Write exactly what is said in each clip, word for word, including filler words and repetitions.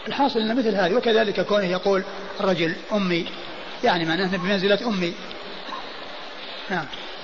الحاصل أن مثل هذه. وكذلك كونه يقول الرجل أمي يعني معناه بمنزلة أمي. نعم.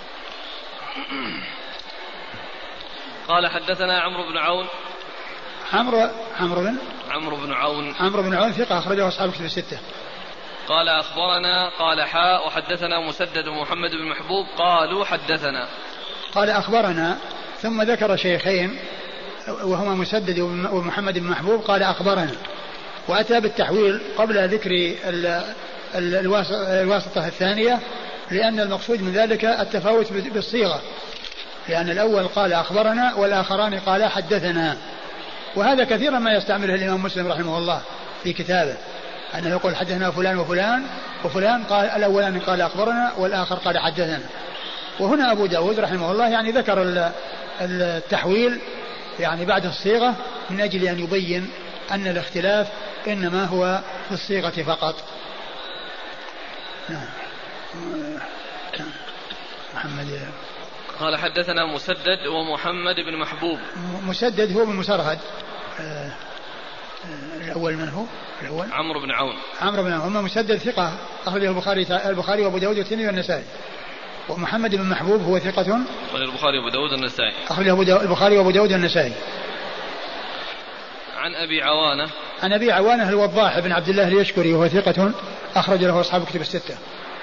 قال حدثنا عمرو بن عون. عمرو عمرو بن عمرو بن عون عمرو بن عون ثقة أخرجه أصحاب كتب الستة. قال أخبرنا قال حاء وحدثنا مسدد ومحمد بن محبوب قالوا حدثنا. قال أخبرنا ثم ذكر شيخين وهما مسدد ومحمد بن محبوب قال أخبرنا، وأتى بالتحويل قبل ذكر الواسطة الثانية لأن المقصود من ذلك التفاوت بالصيغة، لأن الأول قال أخبرنا والآخران قال حدثنا. وهذا كثيرا ما يستعمله الإمام مسلم رحمه الله في كتابه، أنه يقول حدثنا فلان وفلان وفلان قال الأولان قال أخبرنا والآخر قال حدثنا. وهنا أبو داود رحمه الله يعني ذكر التحويل يعني بعد الصيغة من أجل أن يبين أن الاختلاف إنما هو في الصيغة فقط. محمد قال حدثنا مسدد ومحمد بن محبوب. مسدد هو بن مسرهد. الأول من هو؟ الأول عمرو بن عون. عمرو بن عون. مسدد ثقة أخرجه البخاري البخاري وأبو داود والترمذي والنسائي. ومحمد بن محبوب هو ثقة أخرجه البخاري وأبو داود والنسائي. أخرجه البخاري وأبو داود والنسائي. عن أبي عوانة. عن أبي عوانة الوضاح بن عبد الله اليشكري وهو ثقة أخرج له أصحاب كتب الستة.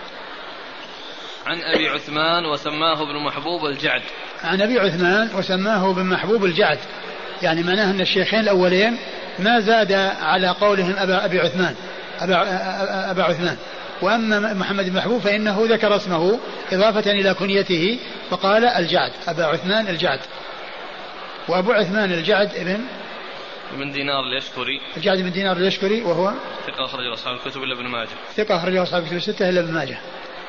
عن أبي عثمان وسماه ابن محبوب الجعد. عن أبي عثمان وسماه ابن محبوب الجعد، يعني معناه أن الشيخين الأولين ما زاد على قولهم أبا أبي عثمان أبا, أبا عثمان. وأما محمد بن محبوب فإنه ذكر اسمه إضافة إلى كنيته فقال الجعد أبا عثمان الجعد. وأبو عثمان الجعد ابن من دينار اليشكري. الجعد بن دينار اليشكري وهو ثقة أخرجه أصحاب الكتب إلا ابن ماجه. ثقة أخرجه أصحاب الكتب الستة إلا ابن ماجه.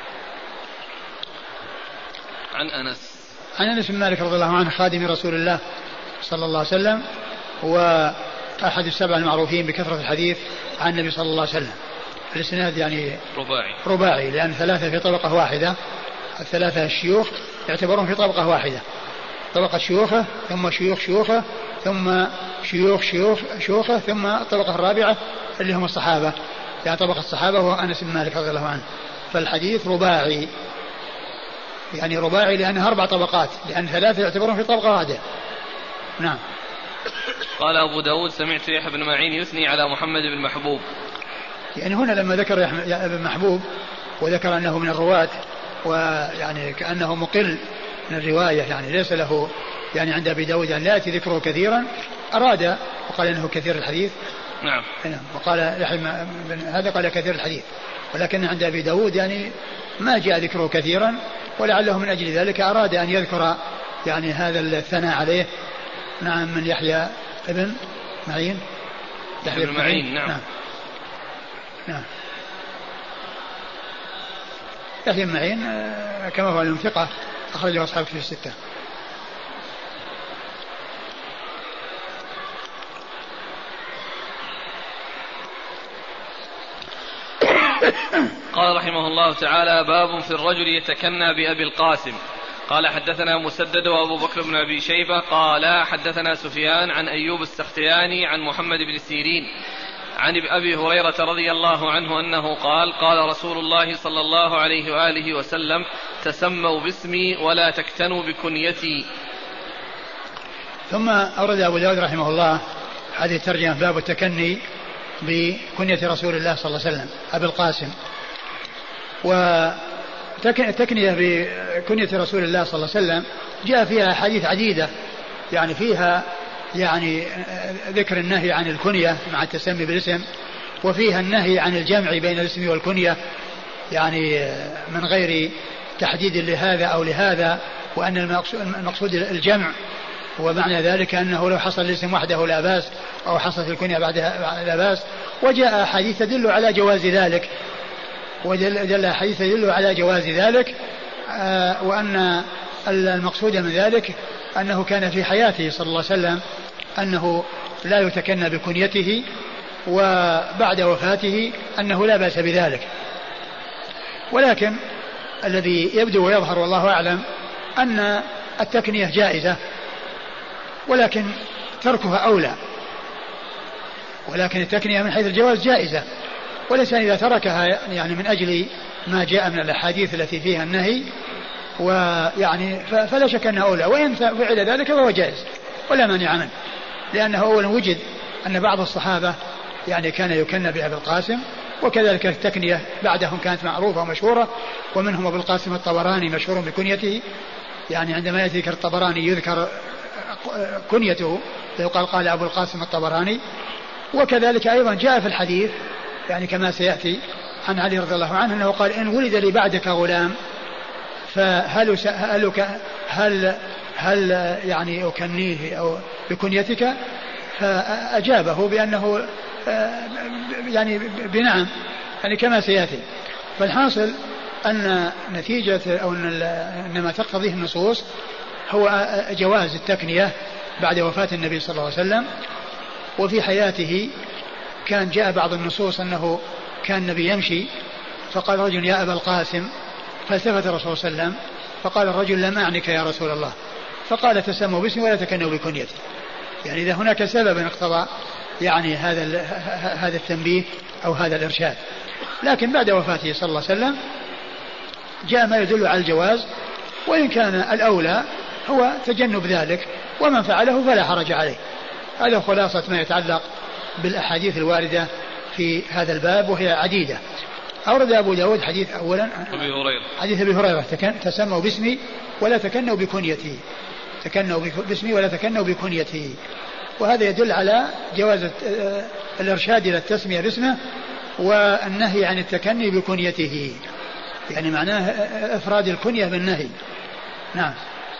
عن أنس. عن أنس بن مالك رضي الله عنه خادم رسول الله صلى الله عليه وسلم وأحد السبع المعروفين بكثرة الحديث عن النبي صلى الله عليه وسلم. الإسناد يعني رباعي رباعي لأن ثلاثة في طبقة واحدة، الثلاثة الشيوخ يعتبرون في طبقة واحدة، طبقة شيوخه ثم شيوخ شيوخه ثم شيوخ شيوخ شيوخه ثم الطبقة الرابعة اللي هم الصحابة، يعني طبقة الصحابة هو أنس بن مالك رضي الله عنه. فالحديث رباعي، يعني رباعي لأنها أربع طبقات، لأن ثلاثة يعتبرون في طبقة واحدة. نعم. قال أبو داود سمعت يحيى بن معين يثني على محمد بن محبوب. يعني هنا لما ذكر يحيى بن محبوب وذكر أنه من الرواة ويعني كأنه مقل من الرواية، يعني ليس له يعني عند أبي داود يعني لا يأتي ذكره كثيرا، أراد وقال إنه كثير الحديث. نعم. وقال يحيى بن هذا قال كثير الحديث، ولكن عند أبي داود يعني ما جاء ذكره كثيرا، ولعله من أجل ذلك أراد أن يذكر يعني هذا الثناء عليه. نعم. من يحيى ابن معين. يحيى بن معين. نعم. نعم. نعم. يحيى بن معين كما هو المنفقة أخرجه أصحاب في الستة. قال رحمه الله تعالى باب في الرجل يتكنى بأبي القاسم. قال حدثنا مسدد وأبو بكر بن أبي شيبة قال حدثنا سفيان عن أيوب السختياني عن محمد بن سيرين عن أبي هريرة رضي الله عنه أنه قال قال رسول الله صلى الله عليه وآله وسلم تسموا باسمي ولا تكتنوا بكنيتي. ثم أورد أبو داود رحمه الله هذه الترجمة باب التكني بكنية رسول الله صلى الله عليه وسلم أبي القاسم. والتكنية بكنية رسول الله صلى الله عليه وسلم جاء فيها حديث عديدة، يعني فيها يعني ذكر النهي عن الكنية مع التسمي بالاسم، وفيها النهي عن الجمع بين الاسم والكنية يعني من غير تحديد لهذا أو لهذا، وأن المقصود الجمع، ومعنى ذلك أنه لو حصل الاسم وحده لا بأس أو حصلت الكنية بعدها لا بأس. وجاء حديث تدل على جواز ذلك، ودل حديث يدل على جواز ذلك، آه وأن المقصود من ذلك أنه كان في حياته صلى الله عليه وسلم أنه لا يتكنى بكنيته، وبعد وفاته أنه لا بأس بذلك. ولكن الذي يبدو ويظهر والله أعلم أن التكنية جائزة، ولكن تركها أولى، ولكن التكنية من حيث الجواز جائزة، والإنسان إذا تركها يعني من أجل ما جاء من الأحاديث التي فيها النهي ويعني فلا شك أنه أولى، وإن فعل ذلك فهو جائز ولا مانع منه، لأنه أولا وجد أن بعض الصحابة يعني كان يكنى بأبي القاسم، وكذلك التكنية بعدهم كانت معروفة ومشهورة، ومنهم أبو القاسم الطبراني مشهور بكنيته، يعني عندما يأتي ذكر الطبراني يذكر كنيته فيقال قال أبو القاسم الطبراني. وكذلك أيضا جاء في الحديث يعني كما سيأتي عن علي رضي الله عنه أنه قال إن ولد لي بعدك غلام فهل هل هل, هل يعني أكنيه أو بكنيتك، فأجابه بأنه يعني بنعم يعني كما سيأتي. فالحاصل أن نتيجة أو أن ما تقتضيه النصوص هو جواز التكنية بعد وفاة النبي صلى الله عليه وسلم. وفي حياته كان جاء بعض النصوص أنه كان النبي يمشي فقال رجل يا أبا القاسم، فالتفت الرسول صلى الله عليه وسلم فقال الرجل لم أعنك يا رسول الله، فقال تسموا باسمي ولا تكنوا بكنيتي. يعني إذا هناك سبب اقتضى يعني هذا هذا التنبيه أو هذا الإرشاد. لكن بعد وفاته صلى الله عليه وسلم جاء ما يدل على الجواز، وإن كان الأولى هو تجنب ذلك، ومن فعله فلا حرج عليه. هذا خلاصة ما يتعلق بالأحاديث الواردة في هذا الباب وهي عديدة. أورد أبو داود حديث أولا أبي هريرة حديث أبي هريرة تسموا باسمي ولا تكنوا بكنيتي، تكنوا باسمي ولا تكنوا بكنيتي. وهذا يدل على جواز الإرشاد إلى التسمية باسمه والنهي عن التكني بكنيته، يعني معناه إفراد الكنية بالنهي. نعم.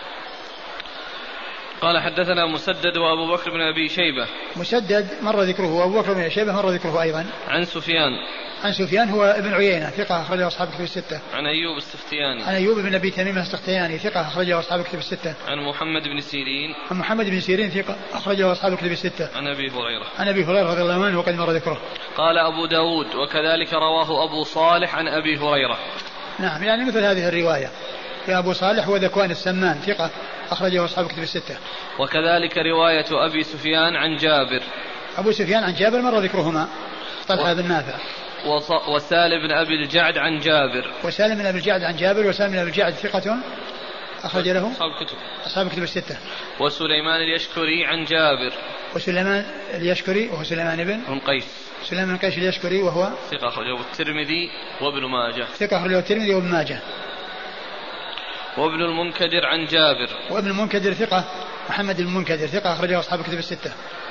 قال حدثنا مسدد وأبو بكر بن أبي شيبة. مسدد مر ذكره، وأبو بكر بن أبي شيبة مر ذكره أيضا. عن سفيان عن سفيان هو ابن عيينة ثقة أخرجه أصحاب الكتب الستة. عن أيوب السختياني عن أيوب بن أبي تميم السختياني ثقة أخرجه أصحاب الكتب الستة. عن محمد بن سيرين عن محمد بن سيرين ثقة أخرجه أصحاب الكتب الستة. عن أبي هريرة عن أبي هريرة رضي الله عنه وقد مر ذكره. قال أبو داود وكذلك رواه أبو صالح عن أبي هريرة. نعم، يعني مثل هذه الرواية. يا أبو صالح وذكوان السمان ثقة أخرجه أصحاب الكتب الستة. وكذلك رواية أبي سفيان عن جابر. أبو سفيان عن جابر مر ذكرهما، طلحة و... بن نافع. وص... وسالم بن أبي الجعد عن جابر. وسالم بن أبي الجعد عن جابر. وسالم بن أبي الجعد ثقة أخرج له أصحاب الكتب أصحاب الكتب الستة. وسليمان اليشكري عن جابر. وسليمان اليشكري وهو سليمان بن بن قيس. سليمان بن قيس اليشكري وهو ثقة أخرجه الترمذي وابن ماجه. ثقة أخرجه الترمذي وابن ماجه. وابن المنكدر عن جابر. وابن المنكدر ثقة محمد المنكدر ثقة أخرجه أصحاب الكتب الستة.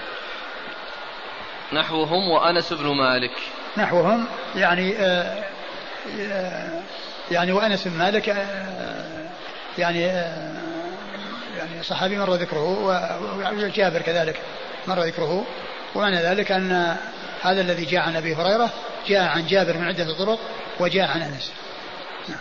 نحوهم وأنس بن مالك. نحوهم يعني آآ آآ يعني وأنس بن مالك يعني يعني صحابي مر ذكره، وجابر كذلك مر ذكره. ومعنى ذلك أن هذا الذي جاء عن أبي هريرة جاء عن جابر من عدة طرق وجاء عن أنس. نعم.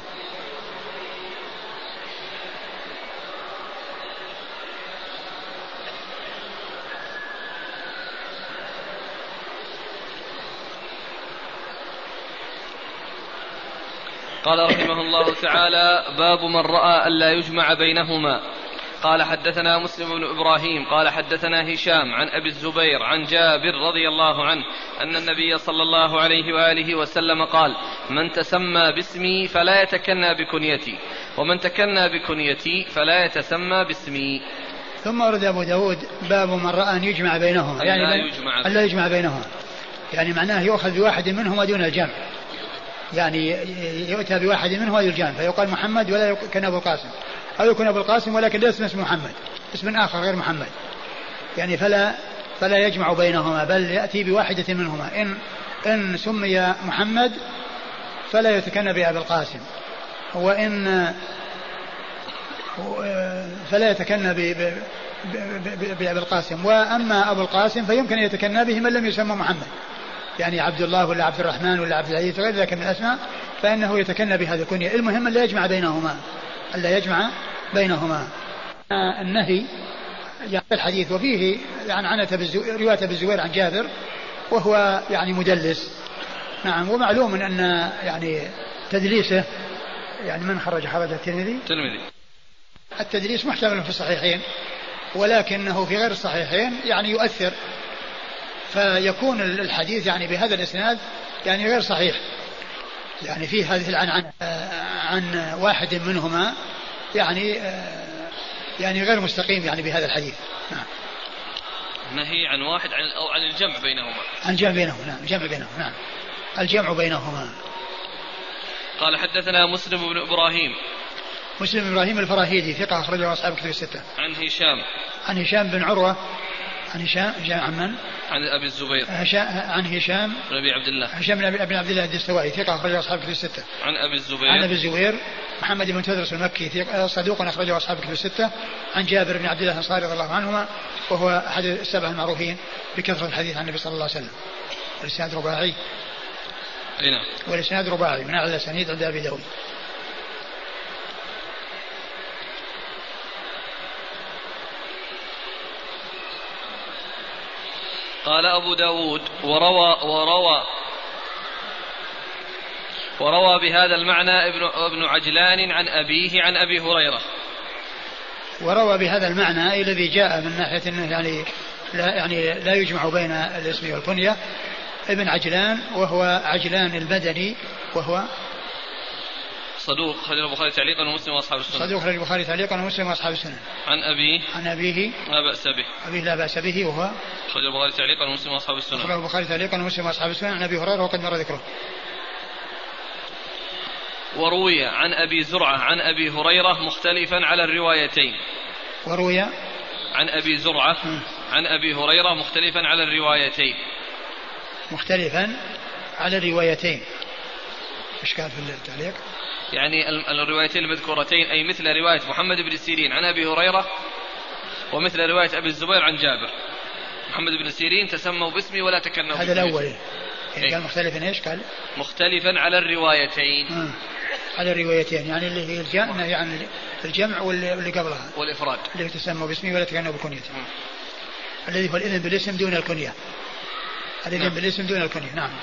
قال رحمه الله تعالى: باب من رأى ألا يجمع بينهما. قال حدثنا مسلم بن إبراهيم قال حدثنا هشام عن أبي الزبير عن جابر رضي الله عنه أن النبي صلى الله عليه وآله وسلم قال: من تسمى باسمي فلا يتكنى بكنيتي، ومن تكنى بكنيتي فلا يتسمى باسمي. ثم ورد أبو داود باب من رأى أن يجمع بينهما، يعني لا يجمع ألا يجمع بينهما، يعني معناه يؤخذ بواحد منهما دون الجمع، يعني يؤتى بواحد منه ويرجان، فيقال محمد ولا يكون أبو القاسم، أو يكون أبو القاسم ولكن ليس اسم محمد، اسم آخر غير محمد، يعني فلا فلا يجمع بينهما، بل يأتي بواحدة منهما. إن إن سمي محمد فلا يتكنى بأبي القاسم، وإن فلا يتكنى بأبي القاسم. وأما أبو القاسم فيمكن أن يتكنى به من لم يسمى محمد، يعني عبد الله ولا عبد الرحمن ولا عبد العزيز وغير ذلك من الأسماء، فإنه يتكنى بهذه الكنية. المهم أن لا يجمع بينهما، أن لا يجمع بينهما. النهي يعني الحديث وفيه يعني عنة رواية أبي الزبير عن جابر وهو يعني مدلس. نعم. ومعلوم أن يعني تدليسه يعني من خرج خرج الترمذي الترمذي التدليس محتمل في الصحيحين، ولكنه في غير الصحيحين يعني يؤثر فيكون الحديث يعني بهذا الإسناد يعني غير صحيح، يعني فيه هذه العنعنة عن واحد منهما يعني يعني غير مستقيم يعني بهذا الحديث. نعم. نهي عن واحد عن أو عن الجمع بينهما. عن الجمع بينهما. نعم الجمع بينهما. نعم الجمع بينهما. قال حدثنا مسلم بن إبراهيم. مسلم بن إبراهيم الفراهيدي ثقة أخرجه أصحاب الكتب الستة. عن هشام. عن هشام بن عروة. عن هشام عن من؟ عن أبي الزبير. عن هشام بن أبي عبد الله. هشام بن عبد الله الدستوائي ثقة أخرجه أصحاب الكتب الستة. عن أبي الزبير. عن أبي الزبير محمد بن تدرس المكي صدوق أخرجه أصحاب الكتب الستة. عن جابر بن عبد الله الأنصاري رضي الله عنهما وهو أحد السبع المعروفين بكثرة الحديث عن النبي صلى الله عليه وسلم. الإسناد رباعي. نعم. والإسناد رباعي من أعلى الأسانيد عند أبي داود. قال أبو داود وروى وروى وروى بهذا المعنى ابن ابن عجلان عن أبيه عن أبي هريرة. وروى بهذا المعنى الذي جاء من ناحية أنه يعني لا يعني لا يجمع بين الاسم والكنية ابن عجلان وهو عجلان المدني وهو صدوق خرج البخاري تعليقا ومسلم واصحاب السنن. صدوق خرج البخاري تعليقا ومسلم واصحاب السنن. عن أبيه. عن أبيه لا بأس به. أبيه لا بأس به وهو خرج البخاري تعليقا ومسلم واصحاب السنن. خرج البخاري تعليقا ومسلم واصحاب السنن. عن أبي هريرة وقد مر ذكره. وروي عن أبي زرعة عن أبي هريرة مختلفا على الروايتين. وروي عن أبي زرعة عن أبي هريرة مختلفا على الروايتين. مختلفا على الروايتين. إيش كان في التعليق؟ يعني الروايتين المذكورتين أي مثل رواية محمد بن سيرين عن أبي هريرة ومثل رواية أبي الزبير عن جابر. محمد بن سيرين تسموا باسمي ولا تكنوا. هذا الأول يعني قال مختلفا إيش قال؟ مختلفا على الروايتين. م. على الروايتين يعني اللي هي الجمع يعني الجمع واللي قبلها والإفراد اللي تسموا باسمي ولا تكنوا بكنيته. الذي هو الإذن بالاسم دون الكنية. الإذن نعم. بالاسم دون الكنية. نعم.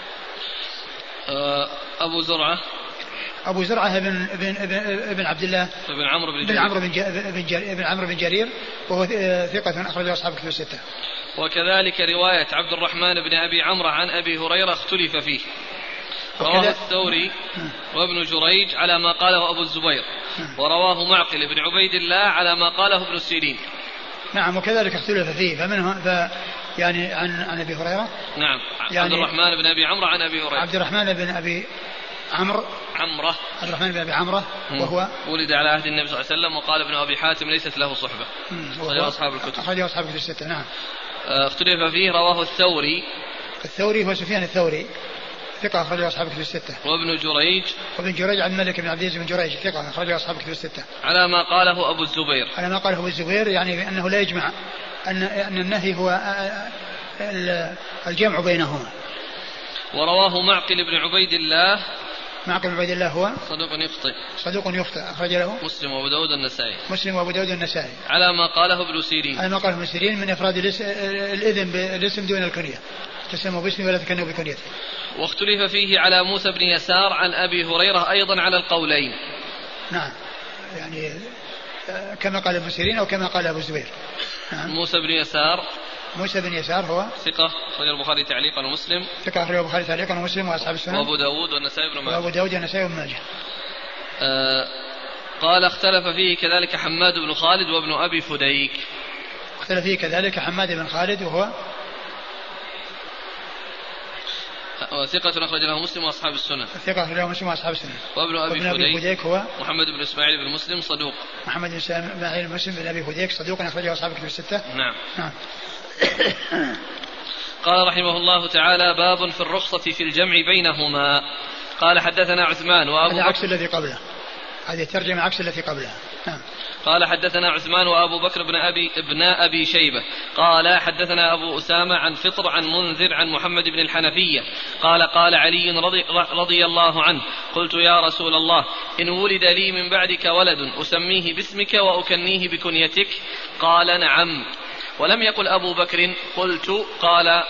أبو زرعة أبو زرعة بن ابن ابن عبد الله بن عمرو بن بن عمرو بن بن بن عمرو بن جرير وهو ثقة أخرجه أصحاب الكتب الستة. وكذلك رواية عبد الرحمن بن أبي عمرو عن أبي هريرة اختلف فيه. رواه الثوري وابن جريج على ما قاله أبو الزبير ورواه معقل بن عبيد الله على ما قاله ابن سيرين. نعم وكذلك اختلف فيه فمنه ف يعني عن عن أبي هريرة. نعم يعني عبد الرحمن بن أبي عمرو عن أبي هريرة. عبد الرحمن بن أبي عمرو عمره عبد الرحمن بن أبي عمرو وهو ولد على عهد النبي صلى الله عليه وسلم وقال ابن أبي حاتم ليست له صحبة. أخرجه أصحاب الكتب. أخرجه أصحاب الكتب الستة. نعم. اختلف فيه رواه الثوري. الثوري هو سفيان الثوري ثقة أخرجه أصحاب الكتب الستة. وابن جريج وابن جريج عن الملك بن عبد العزيز بن جريج ثقة أخرجه أصحاب الكتب الستة. على ما قاله أبو الزبير. على ما قاله أبو الزبير يعني بأنه لا يجمع أن أن النهي هو الجمع بينهما. ورواه معقل بن عبيد الله. معقل بن عبيد الله هو صدوق يخطئ. صدوق يخطئ أخرج له مسلم وأبو داود النسائي. مسلم وأبو داود النسائي. على ما قاله ابن سيرين. على ما قاله ابن سيرين من إفراد الإذن بالاسم دون الكنية تسموا باسمي ولا تكنوا بكنيته. واختلف فيه على موسى بن يسار عن أبي هريرة أيضا على القولين. نعم يعني كما قال ابن سيرين أو كما قال أبو الزبير. نعم. موسى بن يسار موسى بن يسار هو ثقة أخرج البخاري تعليقا ومسلم. ثقة أخرج البخاري تعليقا ومسلم وأصحاب السنن. وأبو داود والنسائي بن ماجه. وأبو داود والنسائي بن ماجه. آه قال اختلف فيه كذلك حماد بن خالد وابن أبي فديك. اختلف فيه كذلك حماد بن خالد وهو ثقة أخرج له مسلم وأصحاب السنن. ثقة أخرج له مسلم وأصحاب السنن. وابن أبي, وابن أبي فديك هو محمد بن إسماعيل بن مسلم صدوق. محمد بن إسماعيل بن مسلم بن أبي فديك صدوق أخرجه أصحاب الكتب الستة. نعم. نعم. قال رحمه الله تعالى باب في الرخصة في الجمع بينهما. قال حدثنا عثمان وأبو هذا عكس الذي قبله. هذه ترجمة عكس التي قبلها. نعم. قال حدثنا عثمان وأبو بكر بن أبي ابن أبي شيبة قال حدثنا أبو أسامة عن فطر عن منذر عن محمد بن الحنفية قال قال علي رضي, رضي الله عنه قلت يا رسول الله إن ولد لي من بعدك ولد أسميه باسمك وأكنيه بكنيتك قال نعم. ولم يقل أبو بكر قلت قال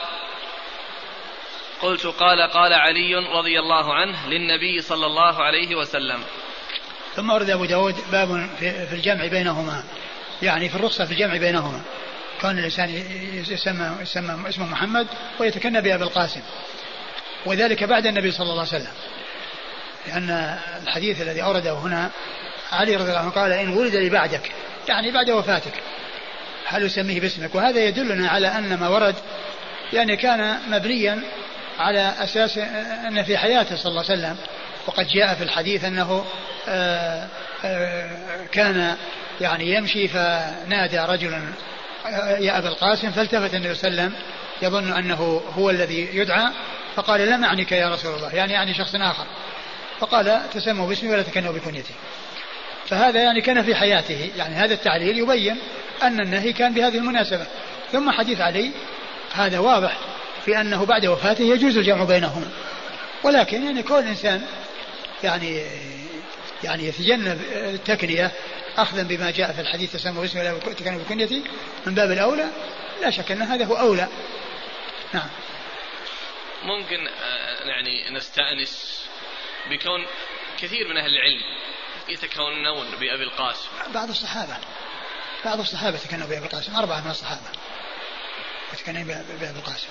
قلت قال قال علي رضي الله عنه للنبي صلى الله عليه وسلم. ثم ورد أبو داود باب في الجمع بينهما يعني في الرخصة في الجمع بينهما كون الإنسان يسمى, يسمى اسمه محمد ويتكنى بأبي القاسم، وذلك بعد النبي صلى الله عليه وسلم، لأن الحديث الذي أورده هنا علي رضي الله عنه قال إن ولد لي بعدك، يعني بعد وفاتك هل يسميه باسمك؟ وهذا يدلنا على أن ما ورد يعني كان مبنيا على أساس أن في حياته صلى الله عليه وسلم، وقد جاء في الحديث أنه آآ آآ كان يعني يمشي فنادى رجل يا أبا القاسم، فالتفت النبي صلى الله عليه وسلم يظن أنه هو الذي يدعى، فقال لا معنيك يا رسول الله، يعني يعني شخص آخر، فقال تسموا باسمي ولا تكنوا بكنيتي. فهذا يعني كان في حياته، يعني هذا التعليل يبين أن النهي كان بهذه المناسبة. ثم حديث علي هذا واضح في أنه بعد وفاته يجوز الجمع بينهما، ولكن يعني كل إنسان يعني يعني يتجنب التكنية أخذا بما جاء في الحديث تسموا باسمي ولا تكنوا بكنيتي من باب الأولى، لا شك أن هذا هو أولى. نعم. ممكن يعني نستأنس بكون كثير من أهل العلم يتكونون بأبي القاسم، بعض الصحابة بعض الصحابة تكنوا بأبي القاسم، أربعة من الصحابة يتكنون بأبي القاسم.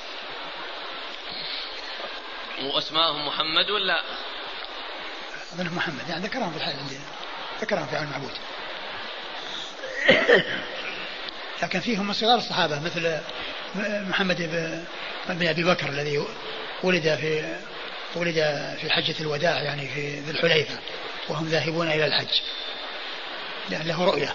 وأسماءهم محمد ولا أظنه محمد، يعني ذكرهم في الحال عندنا، ذكرهم في علم المعبود، لكن فيهم من صغار الصحابة مثل محمد بن أبي بكر الذي ولد في ولد في حجة الوداع، يعني في ذي الحليفة وهم ذاهبون إلى الحج لأن له رؤية.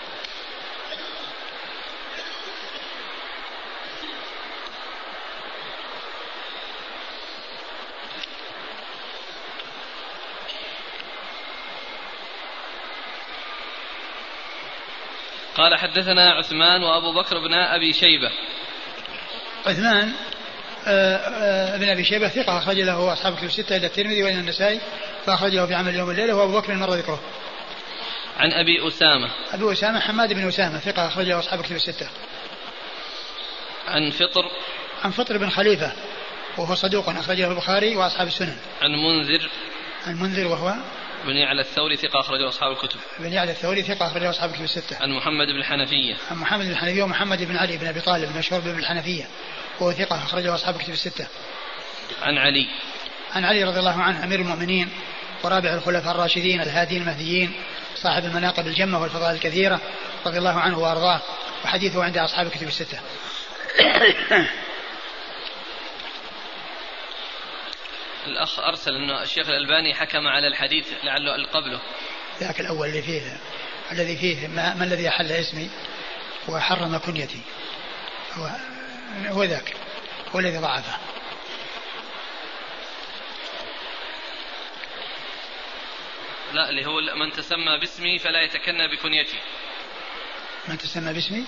قال حدثنا عثمان وأبو بكر بن أبي شيبة. عثمان بن أبي شيبة ثقة أخرج له أصحاب الكتب الستة إلى الترمذي وإلى النسائي، فأخرج له في عمل يوم الليلة، وأبو بكر مر ذكره. عن أبي أسامة. أبي أسامة حماد بن أسامة ثقة أخرج له أصحاب الكتب الستة. عن فطر. عن فطر بن خليفة وهو صدوق أخرج له البخاري وأصحاب السنن. عن منذر. عن منذر وهو بن يعلى الثوري ثقة أخرجه أصحاب الكتب. بن يعلى الثوري ثقة أخرجه أصحاب الكتب الستة. عن محمد بن الحنفية. عن محمد بن الحنفية ومحمد بن علي بن أبي طالب مشهور بن الحنفية وهو ثقة أخرجه أصحاب الكتب الستة. عن علي. عن علي رضي الله عنه أمير المؤمنين ورابع الخلفاء الراشدين الهادين المهديين صاحب المناقب الجمة والفضائل الكثيرة رضي الله عنه وأرضاه، وحديثه عند أصحاب الكتب الستة. الأخ أرسل أنه الشيخ الألباني حكم على الحديث لعله قبله، ذاك الأول اللي فيه الذي فيه ما, ما الذي أحل اسمي وحرم كنيتي، هو, هو ذاك هو الذي ضعفه. لا اللي هو من تسمى باسمي فلا يتكنى بكنيتي. من تسمى باسمي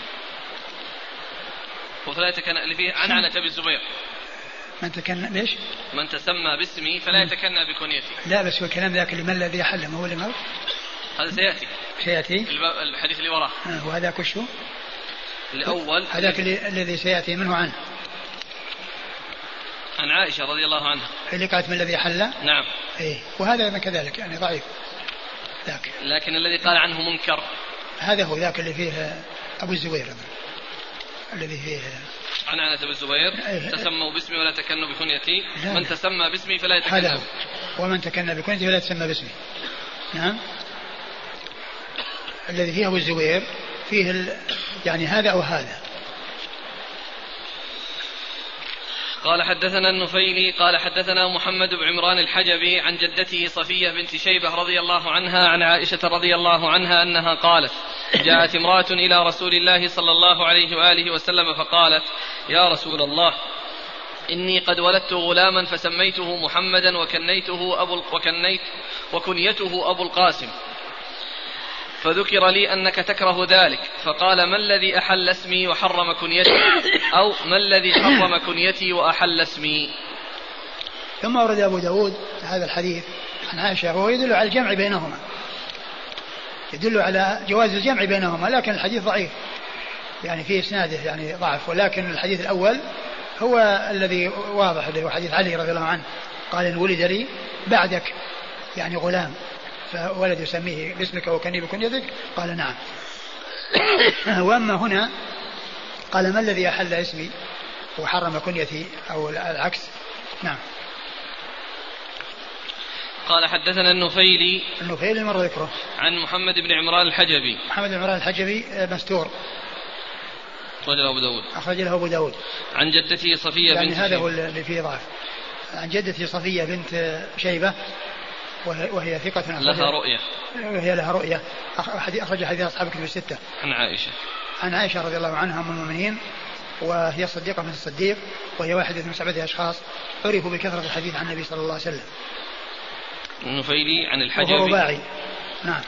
وفلا يتكنى اللي فيه عن عنة أبي الزبير. من تكنى ليش؟ من تسمى باسمي فلا يتكنى بكنيتي. لا بس هو الكلام ذاك اللي ما الذي أحل ما هو اللي ما هذا سيأتي سيأتي الحديث اللي وراه. آه وهذاك وشو؟ الأول هذاك اللي الذي سيأتي منه عنه عن عائشة رضي الله عنها اللي قالت من الذي حل. نعم. إيه وهذا كذلك يعني ضعيف ذاك. لكن الذي قال عنه منكر هذا هو ذاك اللي فيه أبو الزبير الذي فيه عن عنة أبي الزبير. إيه. تسموا باسمي ولا تكنوا بكنيتي. من تسمى باسمي فلا يتكنى. ومن تكنى بكنيتي فلا تسمى باسمي. نعم. الذي فيه أبو الزبير فيه ال... يعني هذا أو هذا. قال حدثنا النفيلي قال حدثنا محمد بن عمران الحجبي عن جدته صفية بنت شيبة رضي الله عنها عن عائشة رضي الله عنها أنها قالت جاءت امرأة إلى رسول الله صلى الله عليه وآله وسلم فقالت يا رسول الله إني قد ولدت غلاما فسميته محمدا وكنيته أبو وكنيت وكنيته أبو القاسم، فذكر لي أنك تكره ذلك، فقال ما الذي أحل اسمي وحرم كنيتي، أو ما الذي حرم كنيتي وأحل اسمي. ثم ورد أبو داود هذا الحديث عن عائشة وهو يدل على الجمع بينهما، يدل على جواز الجمع بينهما، لكن الحديث ضعيف يعني في إسناده يعني ضعف، ولكن الحديث الأول هو الذي واضح اللي هو حديث علي رضي الله عنه قال إن ولد لي بعدك يعني غلام فولد يسميه باسمك وكني بكنيتك، قال نعم. وأما هنا قال: ما الذي أحل اسمي وحرم كنيتي أو العكس؟ نعم. قال: حدثنا النفيلي النفيلي مر ذكره عن محمد بن عمران الحجبي. محمد بن عمران الحجبي مستور، أخرج له أبو داود. أخرج له أبو داود. عن جدته صفية يعني بنت هذا شيبة. هو اللي فيه ضعف. عن جدته صفية بنت شيبة وهي ثقة لها رؤية وهي لها رؤية أخرج حديث أصحاب الكتب الستة. عن عائشة عن عائشة رضي الله عنها أم المؤمنين، وهي صديقة من الصديق، وهي واحدة من سبعة أشخاص عرفوا بكثرة الحديث عن النبي صلى الله عليه وسلم. النفيلي عن الحجبي. وهو رباعي. نعم.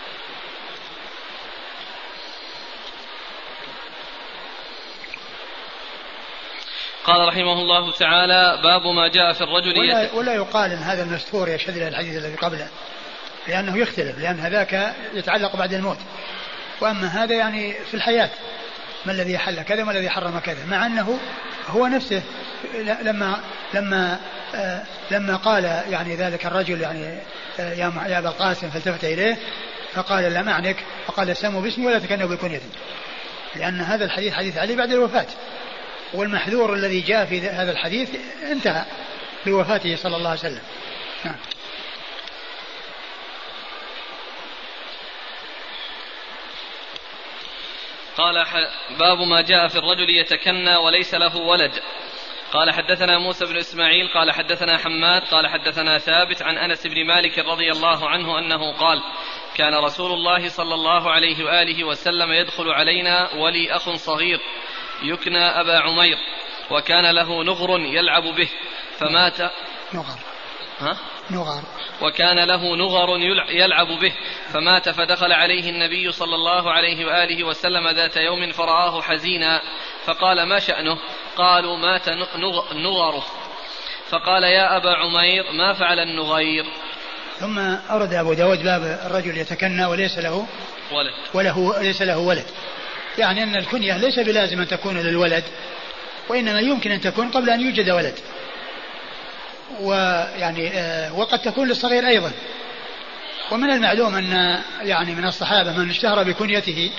قال رحمه الله تعالى: باب ما جاء في الرجل ولا, يت... ولا يقال ان هذا المستور يشهد له الحديث الذي قبله، لانه يختلف، لان هذاك يتعلق بعد الموت، واما هذا يعني في الحياه، ما الذي حل كذا ما الذي حرم كذا، مع انه هو نفسه لما لما آه لما قال يعني ذلك الرجل يعني آه يا ابا القاسم فالتفت اليه فقال: لا معنك، فقال: سموا باسمي ولا تكنوا بكنيتي، لان هذا الحديث حديث علي بعد الوفاه، والمحذور الذي جاء في هذا الحديث انتهى بوفاته صلى الله عليه وسلم. نعم. قال: باب ما جاء في الرجل يتكنى وليس له ولد. قال: حدثنا موسى بن إسماعيل قال حدثنا حماد قال حدثنا ثابت عن أنس بن مالك رضي الله عنه أنه قال: كان رسول الله صلى الله عليه وآله وسلم يدخل علينا ولي أخ صغير يكنى أبا عمير، وكان له نغر يلعب به فمات. نغر. ها؟ نغر. وكان له نغر يلعب به فمات، فدخل عليه النبي صلى الله عليه وآله وسلم ذات يوم فرآه حزينا فقال: ما شأنه؟ قالوا: مات نغره. فقال: يا أبا عمير ما فعل النغير؟ ثم أورد أبو داود باب الرجل يتكنى وليس له ولد وله ليس له ولد، يعني أن الكنية ليس بلازم أن تكون للولد، وإنما يمكن أن تكون قبل أن يوجد ولد، ويعني آه وقد تكون للصغير أيضا. ومن المعلوم أن يعني من الصحابة من اشتهر بكنيته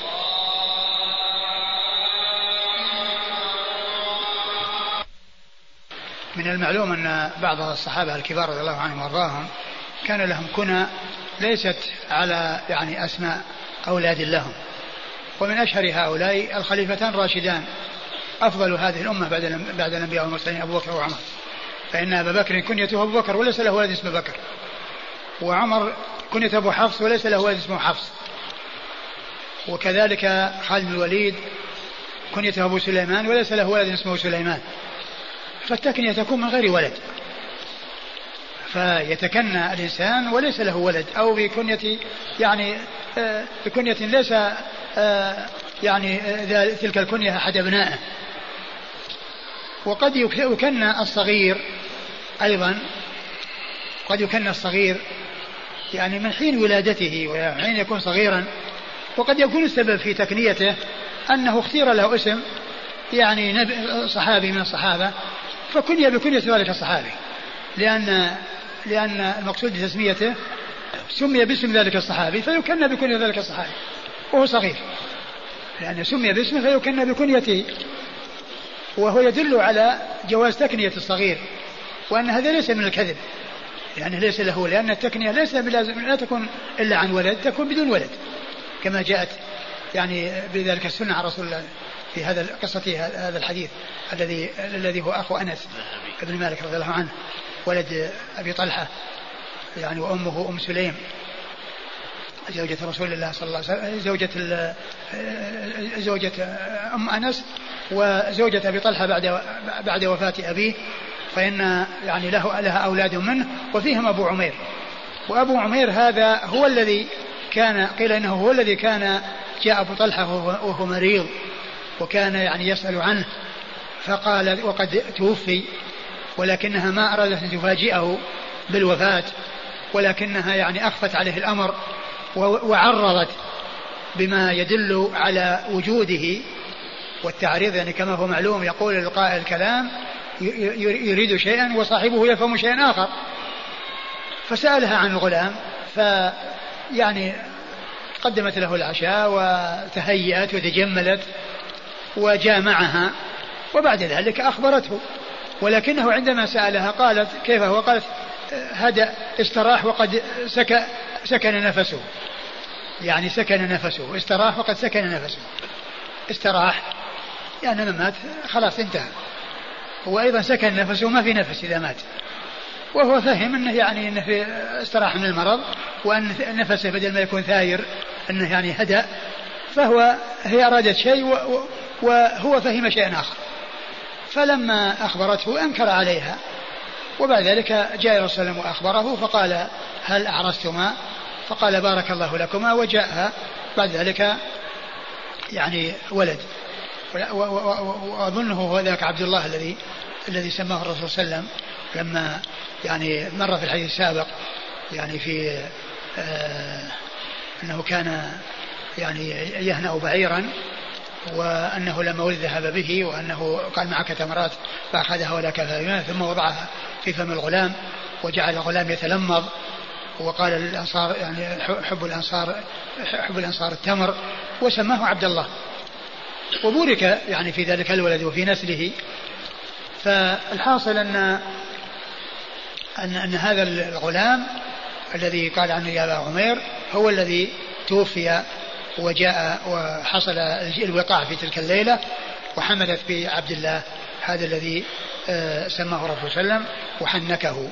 من المعلوم أن بعض الصحابة الكبار رضي الله عنهم وارضاهم كان لهم كنى ليست على يعني أسماء أولاد لهم، ومن أشهر هؤلاء الخليفتان الراشدان أفضل هذه الأمة بعد بعد الأنبياء والمرسلين أبو بكر وعمر، فإن أبا بكر كنيته أبو بكر وليس له ولد اسمه بكر، وعمر كنيته أبو حفص وليس له ولد اسمه حفص، وكذلك خالد بن الوليد كنيته أبو سليمان وليس له ولد اسمه سليمان، فالتكنية تكون من غير ولد، فيتكنى الإنسان وليس له ولد، أو بكنية يعني آه بكنية ليس آه يعني آه تلك الكنية أحد أبنائه. وقد يكنى الصغير أيضا، قد يكنى الصغير يعني من حين ولادته وحين يكون صغيرا، وقد يكون السبب في تكنيته أنه اختير له اسم يعني صحابي من الصحابة فكني بكنية ذلك الصحابي، لأن لأن المقصود بتسميته سمي باسم ذلك الصحابي فيكنى بكنية ذلك الصحابي وهو صغير، لأن سمي باسمه فيكنى بكنيته، وهو يدل على جواز تكنية الصغير، وأن هذا ليس من الكذب، يعني ليس له، لأن التكنية ليس بلازم لا تكون إلا عن ولد، تكون بدون ولد كما جاءت يعني بذلك السنة عن رسول الله في هذا قصة هذا الحديث الذي الذي هو أخو أنس بن مالك رضي الله عنه ولد أبي طلحة يعني، وأمه أم سليم زوجة رسول الله صلى الله عليه وسلم، زوجة زوجة أم أنس وزوجة أبي طلحة بعد بعد وفاة أبيه، فإن يعني له لها أولاد منه وفيهم أبو عمير، وأبو عمير هذا هو الذي كان قيل إنه هو الذي كان جاء أبو طلحة وهو مريض وكان يعني يسأل عنه، فقال وقد توفي، ولكنها ما أرادت أن تفاجئه بالوفاة، ولكنها يعني أخفت عليه الأمر وعرضت بما يدل على وجوده والتعريض، يعني كما هو معلوم يقول القائل الكلام يريد شيئا وصاحبه يفهم شيئا آخر، فسألها عن الغلام فيعني قدمت له العشاء وتهيأت وتجملت وجامعها، وبعد ذلك أخبرته، ولكنه عندما سألها قالت كيف هو؟ قالت هدأ استراح وقد سك سكن نفسه، يعني سكن نفسه، استراح وقد سكن نفسه. استراح يعني لما مات خلاص انتهى، وأيضا سكن نفسه ما في نفس إذا مات، وهو فهم أنه يعني أنه في استراح من المرض، وأن نفسه بدل ما يكون ثاير أنه يعني هدأ، فهو هي أرادت شيء وهو فهم شيئا آخر. فلما أخبرته أنكر عليها، وبعد ذلك جاء الرسول صلى الله عليه وسلم وأخبره فقال هل أعرستما؟ فقال بارك الله لكما، وجاءها بعد ذلك يعني ولد، وأظنه هو ذاك عبد الله الذي الذي سماه الرسول صلى الله عليه وسلم لما يعني مر في الحديث السابق يعني في آه أنه كان يعني يهنأ بعيرا، وأنه لما ولد ذهب به، وأنه قال معك تمرات فأخذها ولا كفى، ثم وضعها في فم الغلام وجعل الغلام يتلمض، وقال الأنصار يعني حب الأنصار حب الأنصار التمر، وسماه عبد الله، وبورك يعني في ذلك الولد وفي نسله. فالحاصل أن أن, أن هذا الغلام الذي قال عنه يا أبا عمير هو الذي توفي، وجاء وحصل الوقاع في تلك الليلة، وحملت بعبد الله هذا الذي سماه الرسول صلى الله عليه وسلم وحنكه.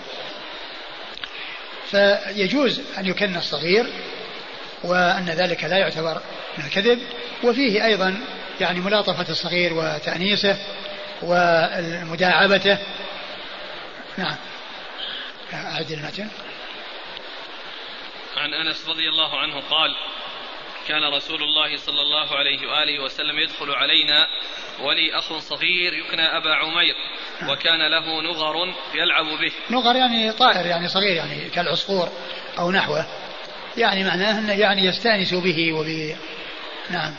فيجوز أن يكن الصغير، وأن ذلك لا يعتبر من الكذب، وفيه أيضا يعني ملاطفة الصغير وتأنيسه ومداعبته. نعم. أعد المتن. عن أنس رضي الله عنه قال كان رسول الله صلى الله عليه وآله وسلم يدخل علينا ولي أخ صغير يكنى أبا عمير، وكان له نغر يلعب به. نغر يعني طائر يعني صغير يعني كالعصفور أو نحوه، يعني معناه أنه يعني يستأنس به وب نعم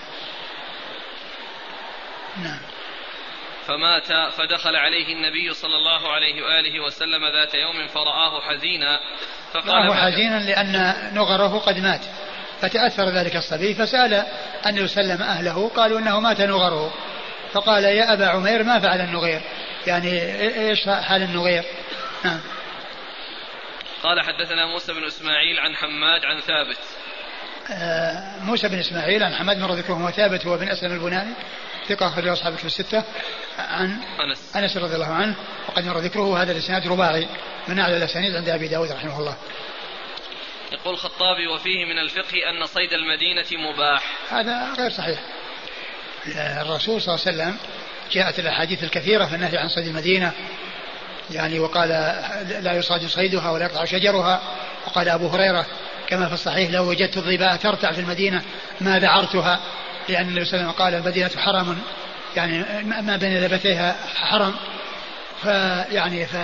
نعم. فمات، فدخل عليه النبي صلى الله عليه وآله وسلم ذات يوم فرآه حزينا، فقال رآه حزينا لأن نغره قد مات، فتأثر ذلك الصبي، فسأل أن يسلم أهله، قالوا إنه مات نغره، فقال يا أبا عمير ما فعل النغير، يعني إيش حال النغير؟ نعم. قال حدثنا موسى بن إسماعيل عن حماد عن ثابت. آه موسى بن إسماعيل عن حماد بن ذكره وثابت هو بن أسلم البناني ثقة أخرج أصحاب الكتب الستة عن أنس أنس رضي الله عنه، وقد مر ذكره، وهذا الإسناد رباعي من أعلى الأسانيد عند أبي داود رحمه الله. يقول الخطابي وفيه من الفقه أن صيد المدينة مباح. هذا غير صحيح. الرسول صلى الله عليه وسلم جاءت الأحاديث الكثيرة في النهي عن صيد المدينة، يعني وقال لا يصاد صيدها ولا يقطع شجرها، وقال أبو هريرة كما في الصحيح لو وجدت الظباء ترتع في المدينة ما ذعرتها، لأن النبي صلى الله عليه وسلم قال المدينة حرم، يعني ما بين لبتيها حرم. فيعني ف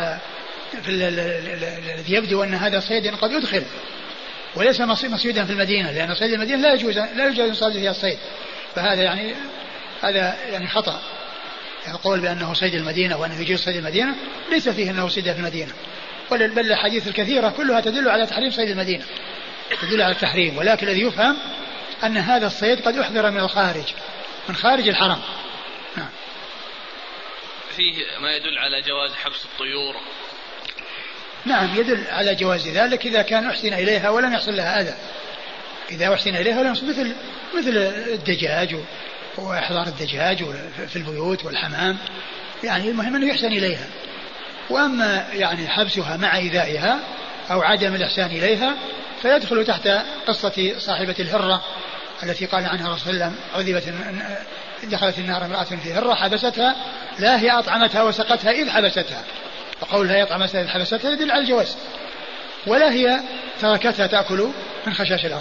الذي يبدو أن هذا صيد قد يدخل وليس مصيدا في المدينة، لأن صيد المدينة لا يجوز لا يجوز أن يصاد فيها الصيد، فهذا يعني هذا يعني خطأ. القول بأنه صيد المدينة وأنه يجوز صيد المدينة ليس فيه أنه صيد في المدينة، بل الحديث الكثيرة كلها تدل على تحريم صيد المدينة، تدل على التحريم، ولكن الذي يفهم أن هذا الصيد قد يحضر من الخارج من خارج الحرم. نعم. فيه ما يدل على جواز حبس الطيور. نعم يدل على جواز ذلك إذا كان أحسن إليها ولم يحصل لها أذى، إذا أحسن إليها ولم يحصل مثل مثل الدجاج وإحضار الدجاج في البيوت والحمام، يعني المهم أنه يحسن إليها. وأما يعني حبسها مع إيذائها أو عدم الإحسان إليها فيدخل تحت قصة صاحبة الهرة التي قال عنها الرسول صلى الله عليه وسلم عذبت دخلت النار امرأة في هرة حبستها، لا هي أطعمتها وسقتها إذ حبستها، فقولها هي أطعمتها إذ حبستها يدل على الجواز، ولا هي تركتها تأكل من خشاش الأرض.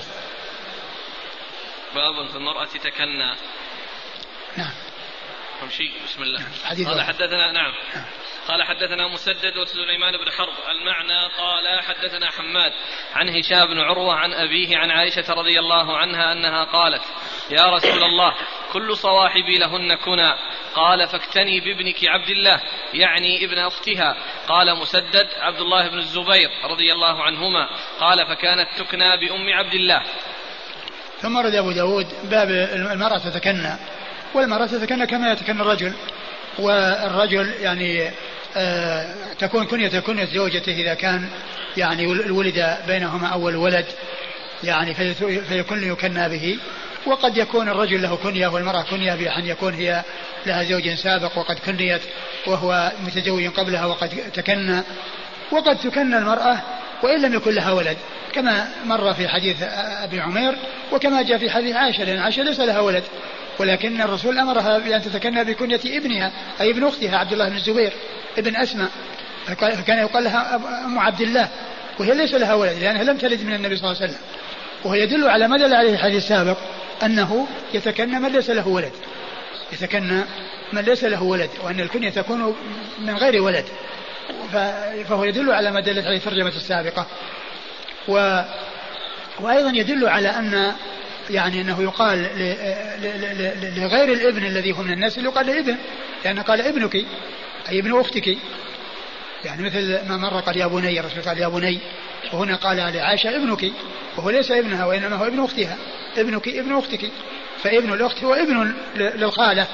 باب في المرأة تكنى. نعم. شيء بسم الله. نعم. قال حدثنا نعم. نعم. قال حدثنا مسدد وسليمان بن حرب المعنى قال حدثنا حماد عن هشام بن عروة عن أبيه عن عائشة رضي الله عنها أنها قالت يا رسول الله كل صواحبي لهن كنى، قال فاكتني بابنك عبد الله يعني ابن أختها، قال مسدد عبد الله بن الزبير رضي الله عنهما، قال فكانت تكنى بأم عبد الله. ثم رد أبو داود باب المرأة تتكنى، والمرأة تتكنى كما يتكنى الرجل. والرجل يعني آه تكون كنية كنية زوجته إذا كان يعني الولد بينهما أول ولد يعني فيكون يكنى به. وقد يكون الرجل له كنية والمرأة كنية بأن يكون هي لها زوج سابق وقد كنيت وهو متزوج قبلها وقد تكنى. وقد تكنى المرأة وإن لم يكن لها ولد كما مر في حديث أبي عمير وكما جاء في حديث عائشة، لأن عائشة ليس لها ولد ولكن الرسول أمرها بأن تتكنى بكنية ابنها أي ابن أختها عبد الله بن الزبير ابن أسماء، فكان يقال لها أم عبد الله وهي ليس لها ولد لأنها لم تلد من النبي صلى الله عليه وسلم. وهو يدل على ما دل عليه الحديث السابق أنه يتكنى من ليس له ولد، يتكنى من ليس له ولد، وأن الكنية تكون من غير ولد، فهو يدل على ما دلت عليه الترجمة السابقة. و... وأيضا يدل على أن يعني أنه يقال ل... ل... لغير الابن الذي هو من الناس اللي يقال لابن، لأنه قال ابنك أي ابن أختك، يعني مثل ما مر قال يا بني، الرسول قال يا بني، وهنا قال لعائشة ابنك وهو ليس ابنها وإنما هو ابن أختها، ابنك ابن أختك، فابن الأخت هو ابن للخالة.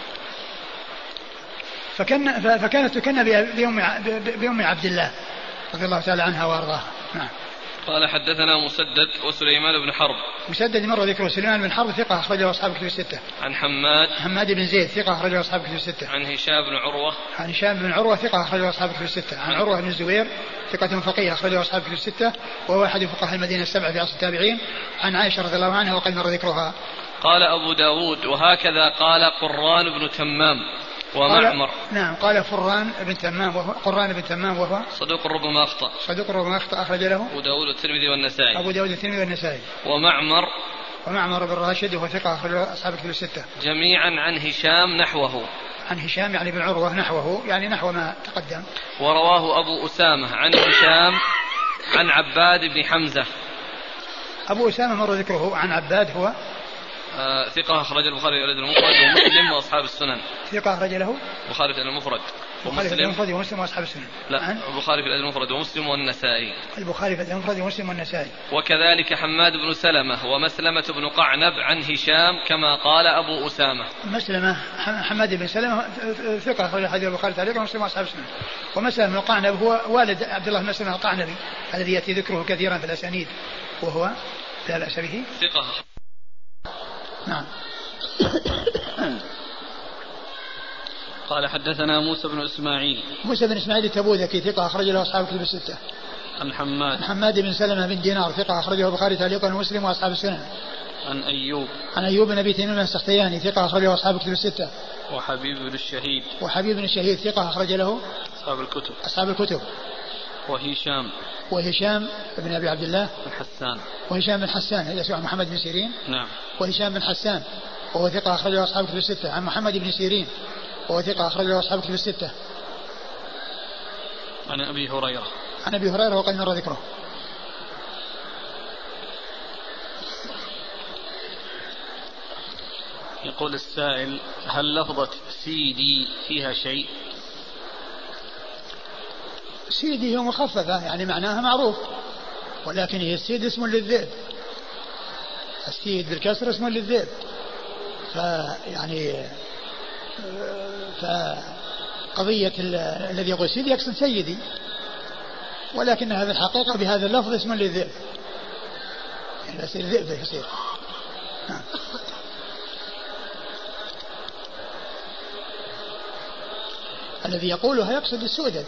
فكان فكانت تكنى بأم عبد الله رضي الله تعالى عنها وارضاها. نعم. قال حدثنا مسدد وسليمان بن حرب. مسدد مر ذكره. سليمان بن حرب ثقة أخرجه أصحاب كتب الستة. عن حماد حماد بن زيد ثقة أخرجه أصحاب كتب الستة. عن هشام بن عروة. عن هشام بن عروة ثقة أخرجه أصحاب كتب الستة. عن عروة بن الزبير ثقة فقيه أخرجه أصحاب كتب الستة وهو أحد فقهاء المدينة السبعة في عصر التابعين. عن عائشة رضي الله عنها وقد مر ذكرها. قال أبو داود وهكذا قال قران بن تمام ومعمر. نعم. قال فران بن تمام وهو قران بن تمام وهو صدوق ربما أخطأ. صدوق ربما أخطأ أخرج له أبو داود الترمذي والنسائي. أبو داود الترمذي والنسائي. ومعمر ومعمر بن راشد وهو ثقة أخرج أصحاب كتب الستة. جميعا عن هشام نحوه. عن هشام يعني بن عروة نحوه يعني نحو ما تقدم. ورواه أبو أسامة عن هشام عن عباد بن حمزة. أبو أسامة مر ذكره. عن عباد هو آه ثقة أخرج البخاري في الأدب المفرد ومسلم وأصحاب السنن. ثقة أخرج له البخاري في الأدب المفرد ومسلم ومسلم وأصحاب السنن. لا البخاري في الأدب المفرد ومسلم والنسائي. البخاري في الأدب المفرد ومسلم والنسائي. وكذلك حماد بن سلمة ومسلمة بن قعنب عن هشام كما قال أبو أسامة. مسلمة حماد بن سلمة ثقة أخرج حديث البخاري تعليقا ومسلم وأصحاب السنن. ومسلمة بن قعنب هو والد عبد الله بن مسلمة القعنبي الذي يأتي ذكره كثيرا في الأسانيد وهو لا بأس به ثقة. نعم. قال حدثنا موسى بن إسماعيل. موسى بن إسماعيل التبوذكي ثقة أخرج له أصحاب كتب الستة. عن حماد. عن حماد بن سلمة بن دينار ثقة أخرجه البخاري تعليقا ومسلم وأصحاب السنن. عن أيوب. عن أيوب بن أبي تميم السختياني ثقة أخرجه أصحاب كتب الستة. وحبيب بن الشهيد. وحبيب بن الشهيد ثقة أخرج له أصحاب الكتب. أصحاب الكتب. وهشام. وهشام بن أبي عبد الله. بن حسان. وهشام بن حسان هذا اسمه محمد بن سيرين. نعم. وهشام بن حسان وهو ثقة أخرجه أصحاب كتب الستة. عن محمد بن سيرين وهو ثقة أخرجه أصحاب كتب الستة. عن أبي هريرة. عن أبي هريرة وقد مر ذكره. يقول السائل هل لفظة سيدي فيها شيء؟ سيدي هو مخففة يعني معناها معروف، ولكن هي السيد اسم للذئب، السيد بالكسر اسم للذئب، فيعني فقضية الذي يقول سيدي يقصد سيدي، ولكن هذا الحقيقة بهذا اللفظ اسم للذئب، يعني يصير ذئب يصير. الذي يقولها يقصد السؤدد.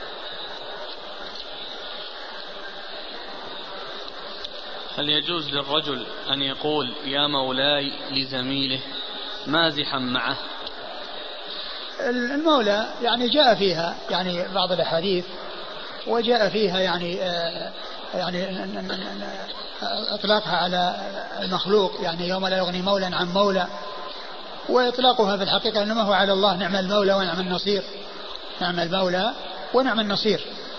هل يجوز للرجل أن يقول يا مولاي لزميله مازحا معه؟ المولى يعني جاء فيها يعني بعض الأحاديث، وجاء فيها يعني آه يعني إطلاقها على المخلوق، يعني يوم لا يغني مولى عن مولى، وإطلاقها في الحقيقة إنما هو على الله، نعم المولى ونعم النصير، نعم المولى ونعم النصير.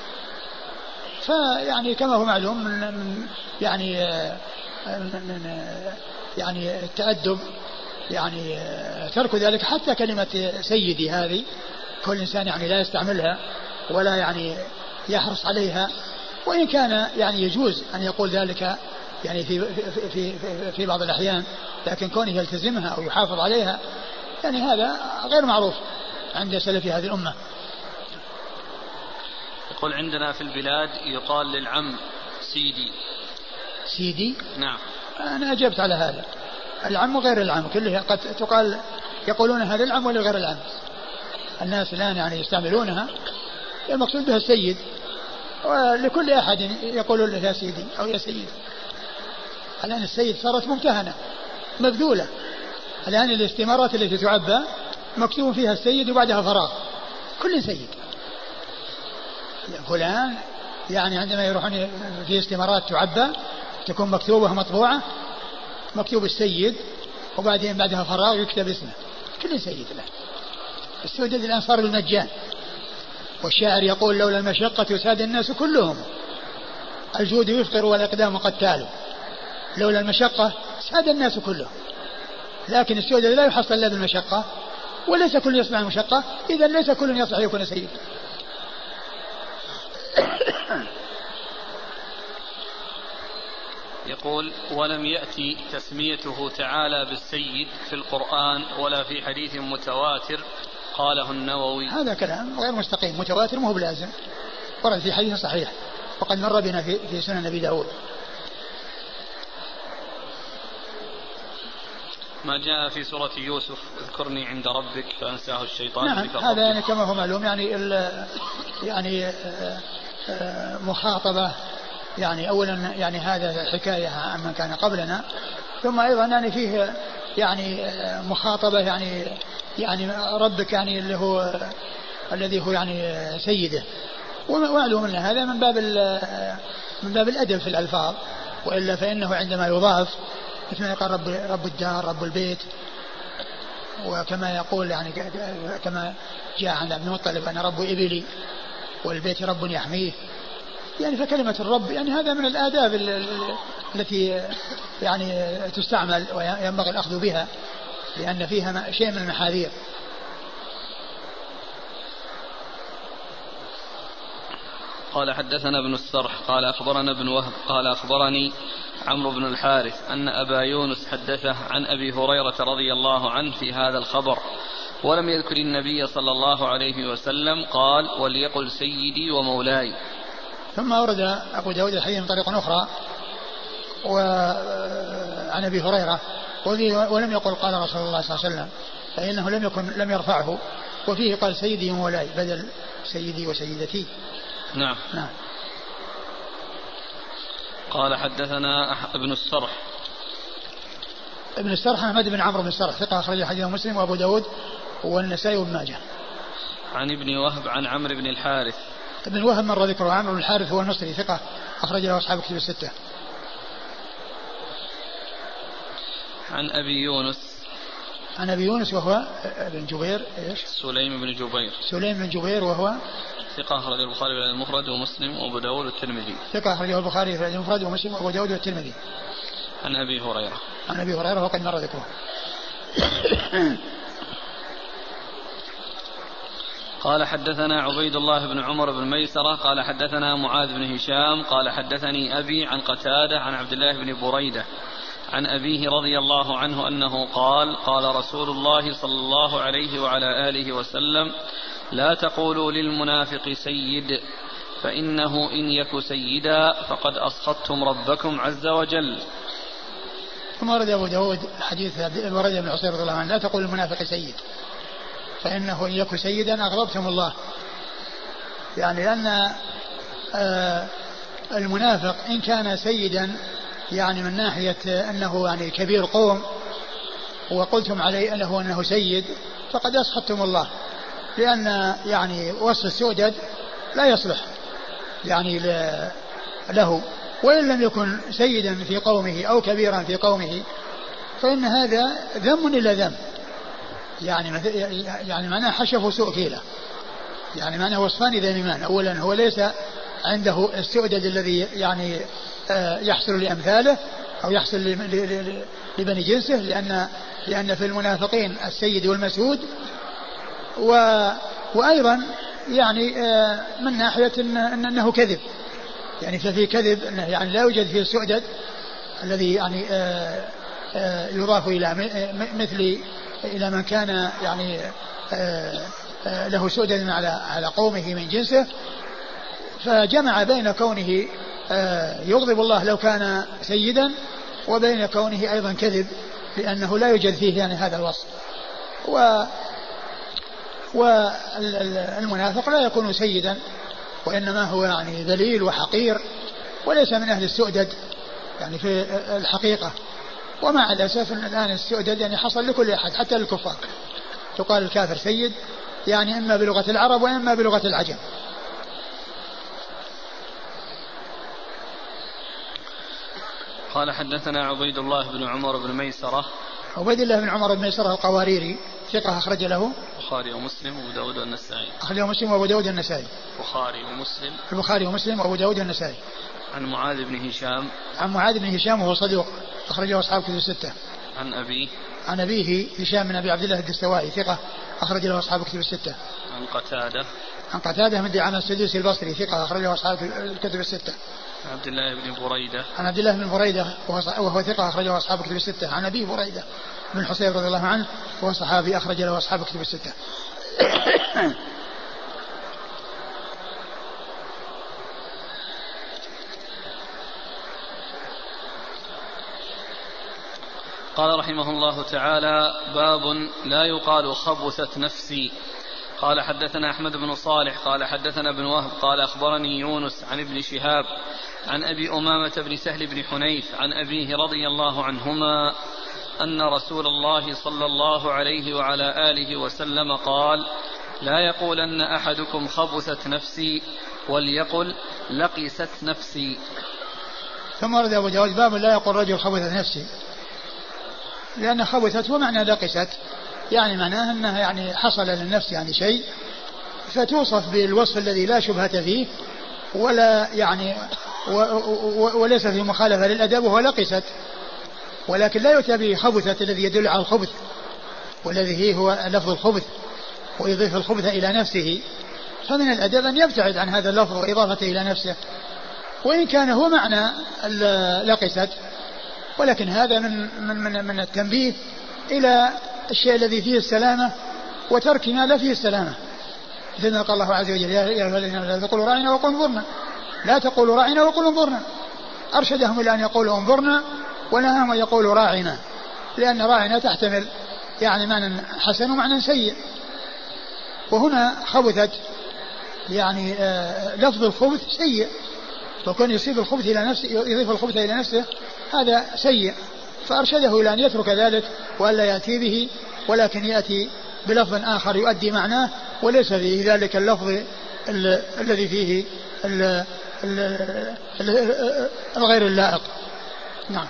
فيعني كما هو معلوم من من يعني من يعني التأدب يعني ترك ذلك، حتى كلمة سيدي هذه كل إنسان يعني لا يستعملها ولا يعني يحرص عليها، وإن كان يعني يجوز أن يقول ذلك يعني في في في, في بعض الأحيان، لكن كونه يلتزمها أو يحافظ عليها يعني هذا غير معروف عند سلف هذه الأمة. يقول عندنا في البلاد يقال للعم سيدي. سيدي؟ نعم. أنا أجبت على هذا. العم وغير العم كلها قد تقال، يقولون هذا العم ولا غير العم. الناس الآن يعني يستعملونها، المقصود بها السيد، ولكل أحد يقولون له يا سيدي أو يا سيد. الآن السيد صارت ممتهنة مبذولة. الآن الاستمارات التي تعبى مكتوب فيها السيد وبعدها فراغ، كل سيد. فلان يعني عندما يروحون في استمارات تعبى تكون مكتوبة مطبوعة مكتوب السيد وبعدين بعدها فراغ يكتب اسمه، كل سيد له. السودد الآن صار بالمجان. والشاعر يقول لولا المشقة ساد الناس كلهم، الجود يفقر والإقدام قتال. لولا المشقة ساد الناس كلهم، لكن السودد لا يحصل إلا بالمشقة، وليس كل يصنع المشقة، إذا ليس كل يصلح يكون سيد. يقول ولم يأتي تسميته تعالى بالسيد في القرآن ولا في حديث متواتر قاله النووي. هذا كلام غير مستقيم. متواتر مو بلازم، ورد في حديث صحيح وقد مر بنا في, في سنن أبي داود. ما جاء في سورة يوسف اذكرني عند ربك فأنساه الشيطان. نعم هذا يعني كما هو معلوم يعني يعني آآ آآ مخاطبة، يعني أولا يعني هذا حكاية عن من كان قبلنا، ثم أيضا يعني فيه يعني مخاطبة يعني يعني ربك يعني اللي هو الذي هو يعني سيده. ومعلوم أن هذا من باب من باب الأدب في الألفاظ، وإلا فإنه عندما يضاف مثل ما يقال رب رب الدار رب البيت، وكما يقول يعني كما جاء عن ابن المطلب أنا رب إبلي والبيت رب يحميه، يعني فكلمة الرب يعني هذا من الآداب التي يعني تستعمل وينبغي الأخذ بها، لأن فيها شيء من المحاذير. قال حدثنا ابن السرح قال أخبرنا ابن وهب قال أخبرني عمرو بن الحارث أن أبا يونس حدثه عن أبي هريرة رضي الله عنه في هذا الخبر، ولم يذكر النبي صلى الله عليه وسلم قال وليقل سيدي ومولاي. ثم أورد أبو داود الحديث من طريق أخرى وعن أبي هريرة ولم يقل قال رسول الله صلى الله عليه وسلم، فإنه لم يكن لم يرفعه، وفيه قال سيدي ومولاي بدل سيدي وسيدتي. نعم. نعم. قال حدثنا ابن السرح. ابن السرح أحمد بن عمرو بن السرح ثقة أخرج حديثه مسلم وأبو داود والنسائي وابن ماجه. عن ابن وهب عن عمرو بن الحارث. ابن وهب مر ذكره. عمرو بن الحارث هو المصري ثقة أخرج له أصحاب كتب الستة. عن أبي يونس. عن أبي يونس وهو ابن جبير إيش؟ سليم بن جبير. سليم بن جبير وهو ثقة أخرج البخاري في المفرد ومسلم وأبو داود والترمذي. ثقة أخرجه البخاري في المفرد ومسلم وأبو داود والترمذي. عن أبي هريرة. عن أبي هريرة وقد مر ذكره. قال حدثنا عبيد الله بن عمر بن ميسرة قال حدثنا معاذ بن هشام قال حدثني أبي عن قتادة عن عبد الله بن بريدة عن أبيه رضي الله عنه أنه قال قال رسول الله صلى الله عليه وعلى آله وسلم لا تقولوا للمنافق سيد فإنه إن يك سيدا فقد أسخطتم ربكم عز وجل. ثم ورد أبو داود حديث بريدة بن عصير رضي الله عنه لا تقول للمنافق سيد فإنه إن يك سيدا أغضبتم الله، يعني لأن آه المنافق إن كان سيدا يعني من ناحية أنه يعني كبير قوم وقلتم عليه أنه أنه سيد فقد أسخطتم الله، لأن يعني وصف السؤدد لا يصلح يعني له، وإن لم يكن سيدا في قومه أو كبيرا في قومه فإن هذا ذم إلى ذم، يعني يعني معناه حشف سوء كيله، يعني معناه وصفان ذميمان. أولا هو ليس عنده السؤدد الذي يعني يحصل لأمثاله أو يحصل لبني جنسه، لأن لأن في المنافقين السيد والمسود، و وأيضا يعني من ناحية إن أنه كذب، يعني ففي كذب أنه يعني لا يوجد فيه السؤدد الذي يعني يضاف إلى مثل إلى من كان يعني له سؤدد على على قومه من جنسه، فجمع بين كونه يغضب الله لو كان سيدا وبين كونه أيضا كذب، لأنه لا يوجد فيه يعني هذا الوصف. و والمنافق لا يكون سيدا، وإنما هو يعني ذليل وحقير وليس من أهل السؤدد يعني في الحقيقة. ومع الأسف أن الآن السؤدد يعني حصل لكل أحد حتى للكفار، تقال الكافر سيد يعني إما بلغة العرب وإما بلغة العجم. قال حدثنا عبيد الله بن عمر بن ميسرة. عبيد الله بن عمر بن ميسرة القواريري ثقة أخرج له البخاري ومسلم وأبو داود والنسائي. أخرجه مسلم وأبو داود والنسائي. البخاري ومسلم. البخاري ومسلم وأبو داود والنسائي. عن معاذ بن هشام. عن معاذ بن هشام وهو صدوق أخرجه أصحاب كتب الستة. عن أبيه. عن أبيه هشام بن أبي عبد الله الدستوائي ثقة أخرج له أصحاب كتب الستة. عن قتادة. عن قتادة من دعامة السدوسي البصري ثقة أخرجه أصحاب الكتب الستة. عن عبد الله بن بريدة. عن عبد الله بن بريدة وهو ثقة أخرجه أصحاب الكتب الستة. عن أبي بريدة بن حصيب رضي الله عنه وهو صحابي أخرج له أصحاب الكتب الستة. قال رحمه الله تعالى: باب لا يقال خبثت نفسي. قال حدثنا أحمد بن صالح قال حدثنا ابن وهب قال أخبرني يونس عن ابن شهاب عن أبي أمامة بن سهل بن حنيف عن أبيه رضي الله عنهما أن رسول الله صلى الله عليه وعلى آله وسلم قال: لا يقولن أحدكم خبثت نفسي وليقل لقست نفسي. ثم ورد أبو داود باب لا يقول رجل خبثت نفسي، لأن خبثت ومعنى لقست يعني معناه أنها يعني حصل للنفس يعني شيء فتوصف بالوصف الذي لا شبهة فيه ولا يعني و و وليس في مخالفة للأدب وهو لقست، ولكن لا يؤتى به خبثت الذي يدل على الخبث والذي هو لفظ الخبث ويضيف الخبث إلى نفسه، فمن الأدب أن يبتعد عن هذا اللفظ وإضافته إلى نفسه وإن كان هو معنى لقست، ولكن هذا من من من, من التنبيه إلى الشيء الذي فيه السلامة وترك ما لا فيه السلامة. مثل قال الله عز وجل: يا أيها الذين آمنوا لا تقولوا راعنا وقولوا انظرنا، لا تقولوا راعنا وقولوا انظرنا. أرشدهم إلى أن يقولوا انظرنا ونهاهم أن يقولوا راعنا، لأن راعنا تحتمل يعني معنى حسن ومعنى سيء. وهنا خبثت يعني آه لفظ الخبث سيء، وكان يصيب الخبث إلى نفسه يضيف الخبث إلى نفسه هذا سيء، فأرشده إلى أن يترك ذلك وألا يأتي به، ولكن يأتي بلفظ آخر يؤدي معناه وليس فيه ذلك اللفظ الذي فيه ال ال الغير اللائق. نعم.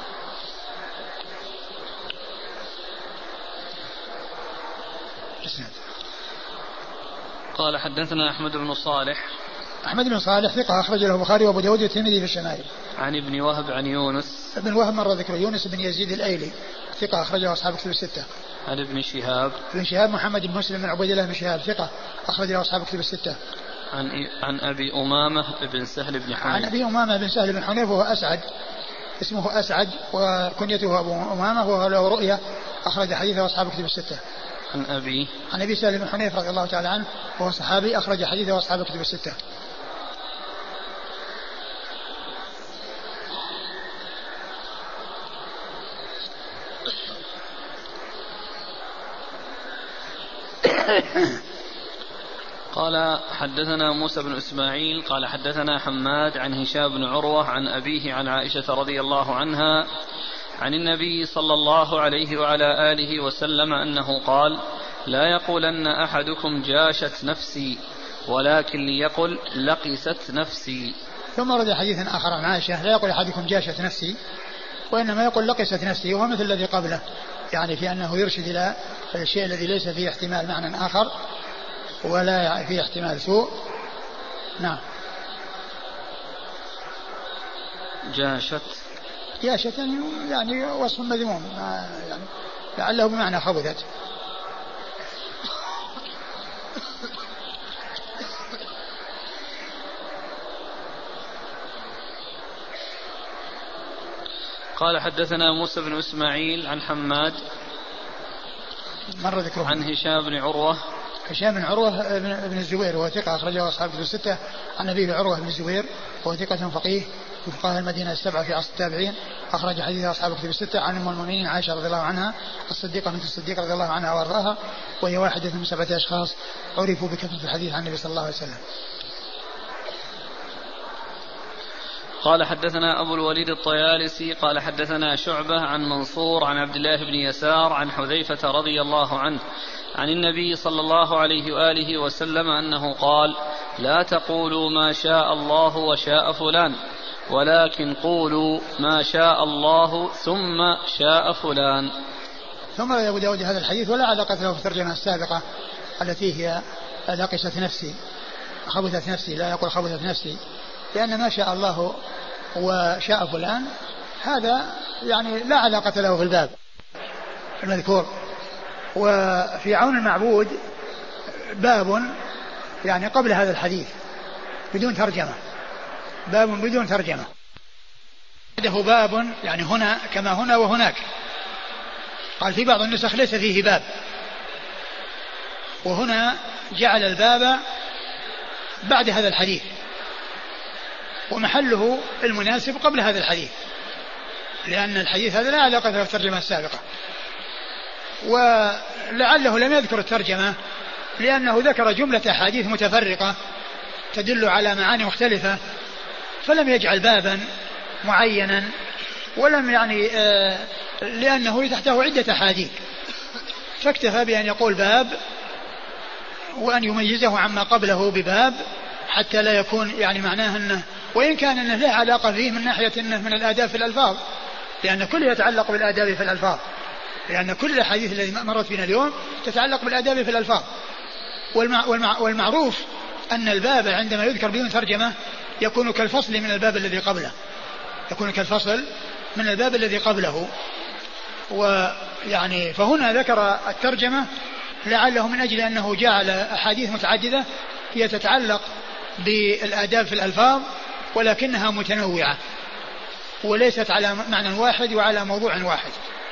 قال حدثنا أحمد بن صالح. أحمد بن صالح ثقة أخرج له البخاري وأبو داود والترمذي في الشمائل. عن ابن وهب عن يونس. ابن وهب مر ذكره، يونس بن يزيد الأيلي ثقة أخرجه أصحاب كتب الستة. عن ابن شهاب. ابن شهاب محمد بن مسلم بن عبيد الله بن شهاب ثقة أخرجه أصحاب كتب الستة. عن عن أبي أمامة بن سهل بن حنيف. عن أبي أمامة بن سهل بن حنيف وهو أسعد، اسمه أسعد وكنيته أبو أمامة وهو له رؤية أخرج حديثه أصحاب كتب الستة. عن أبي عن أبي سهل بن حنيف رضي الله تعالى عنه وهو صحابي أخرج حديثه أصحاب كتب الستة. قال حدثنا موسى بن إسماعيل قال حدثنا حماد عن هشام بن عروة عن أبيه عن عائشة رضي الله عنها عن النبي صلى الله عليه وعلى آله وسلم أنه قال: لا يقولن أحدكم جاشت نفسي ولكن ليقل لقست نفسي. ثم ورد حديث آخر عن عائشة: لا يقول أحدكم جاشت نفسي وإنما يقول لقست نفسي، وهو مثل الذي قبله، يعني في أنه يرشد إلى الشيء الذي ليس فيه احتمال معنى آخر ولا فيه احتمال سوء. نعم. جاشت جاشت يعني, يعني وصف مذموم يعني لعله بمعنى خبثت. قال حدثنا موسى بن إسماعيل عن حماد مر ذكره. عن هشام بن عروة هشام بن عروة بن الزبير وهو ثقة أخرجه أصحاب كتب الستة. عن أبيه عروة بن الزبير وهو ثقة فقيه من فقهاء المدينة السبعة في عصر التابعين أخرج حديث أصحاب كتب الستة. عن أم المؤمنين عائشة رضي الله عنها الصديقة بنت الصديق رضي الله عنها وأرضاها وهي واحدة من سبعة أشخاص عرفوا بكثرة الحديث عن النبي صلى الله عليه وسلم. قال حدثنا أبو الوليد الطيالسي قال حدثنا شعبة عن منصور عن عبد الله بن يسار عن حذيفة رضي الله عنه عن النبي صلى الله عليه وآله وسلم أنه قال لا تقولوا ما شاء الله وشاء فلان ولكن قولوا ما شاء الله ثم شاء فلان. ثم أبو داود هذا الحديث ولا علاقة له في الترجمة السابقة التي هي لقست نفسي خبثت نفسي لا يقول خبثت نفسي لأن ما شاء الله وشاء فلان هذا يعني لا علاقة له في الباب المذكور. وفي عون المعبود باب يعني قبل هذا الحديث بدون ترجمة باب بدون ترجمة عنده باب يعني هنا كما هنا وهناك. قال في بعض النسخ ليس فيه باب وهنا جعل الباب بعد هذا الحديث ومحله المناسب قبل هذا الحديث لأن الحديث هذا لا علاقة له بالترجمة السابقة. ولعله لم يذكر الترجمة لأنه ذكر جملة أحاديث متفرقة تدل على معاني مختلفة فلم يجعل بابا معينا ولم يعني آه لأنه تحته عدة أحاديث فاكتفى بأن يقول باب وأن يميزه عما قبله بباب حتى لا يكون يعني معناه أنه وإن كان أنه له علاقة فيه من ناحية أنه من الآداب في الألفاظ لأن كله يتعلق بالآداب في الألفاظ لأن كل الحديث الذي مرت فينا اليوم تتعلق بالآداب في الألفاظ. والمع والمع والمعروف أن الباب عندما يذكر بدون ترجمة يكون كالفصل من الباب الذي قبله يكون كالفصل من الباب الذي قبله. ويعني فهنا ذكر الترجمة لعله من أجل أنه جعل أحاديث متعددة هي تتعلق بالآداب في الألفاظ ولكنها متنوعة وليست على معنى واحد وعلى موضوع واحد.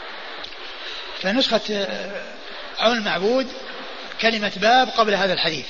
فنسخة عون المعبود كلمة باب قبل هذا الحديث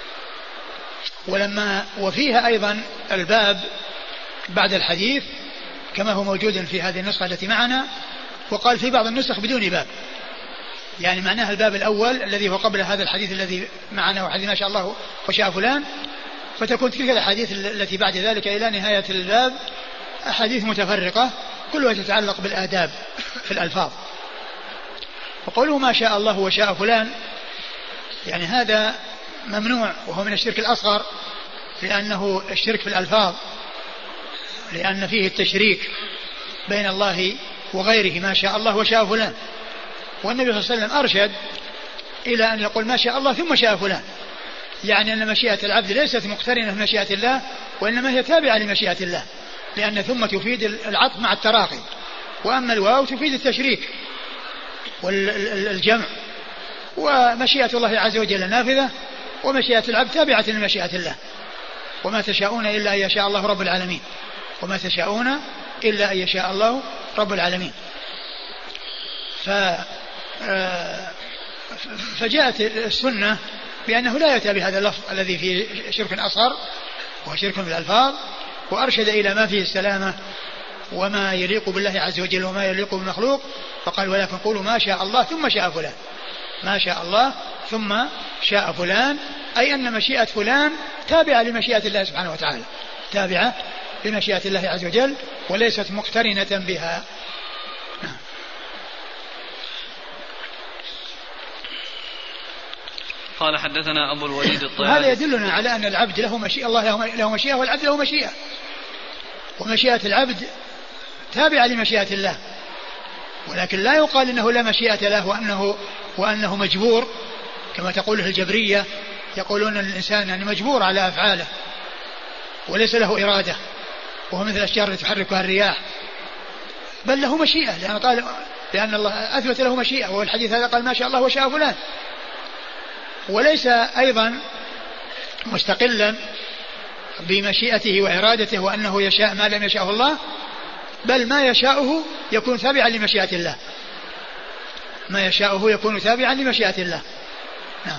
ولما وفيها أيضا الباب بعد الحديث كما هو موجود في هذه النسخة التي معنا. وقال في بعض النسخ بدون باب يعني معناها الباب الأول الذي هو قبل هذا الحديث الذي معنا وحديث ما شاء الله وشاء فلان فتكون تلك الأحاديث التي بعد ذلك إلى نهاية الباب أحاديث متفرقة كلها تتعلق بالآداب في الألفاظ. وقوله ما شاء الله وشاء فلان يعني هذا ممنوع وهو من الشرك الأصغر لأنه الشرك في الألفاظ لأن فيه التشريك بين الله وغيره ما شاء الله وشاء فلان. والنبي صلى الله عليه وسلم أرشد إلى أن يقول ما شاء الله ثم شاء فلان يعني أن مشيئة العبد ليست مقترنة بمشيئة الله وإنما هي تابعة لمشيئة الله لأن ثم تفيد العطف مع التراخي وأما الواو تفيد التشريك والجمع. ومشيئة الله عز وجل نافذة ومشيئة العبد تابعة لمشيئة الله وما تشاءون إلا أن يشاء الله رب العالمين وما تشاءون إلا أن يشاء الله رب العالمين. ف فجاءت السنة بأنه لا يأتي بهذا اللفظ الذي فيه شرك أصغر وهو شرك بالألفاظ وأرشد إلى ما فيه السلامة وما يليق بالله عز وجل وما يليق بالمخلوق فقال ولكن قولوا ما شاء الله ثم شاء فلان ما شاء الله ثم شاء فلان أي أن مشيئة فلان تابعة لمشيئة الله سبحانه وتعالى تابعة لمشيئة الله عز وجل وليست مقترنة بها. قال حدثنا أبو الوليد الطيالسي. هذا يدلنا على أن العبد له مشيئة الله له مشيئة والعبد له مشيئة ومشيئة العبد تابعة لمشيئة الله ولكن لا يقال إنه لا مشيئة له وأنه, وأنه مجبور كما تقوله الجبرية يقولون أن الإنسان يعني مجبور على أفعاله وليس له إرادة وهو مثل الأشجار التي تحركها الرياح بل له مشيئة لأن, قال لأن الله أثبت له مشيئة والحديث هذا قال ما شاء الله وشاء فلان وليس أيضا مستقلا بمشيئته وإرادته وأنه يشاء ما لم يشاءه الله بل ما يشاءه يكون تابعا لمشيئة الله ما يشاءه يكون تابعا لمشيئة الله. نعم.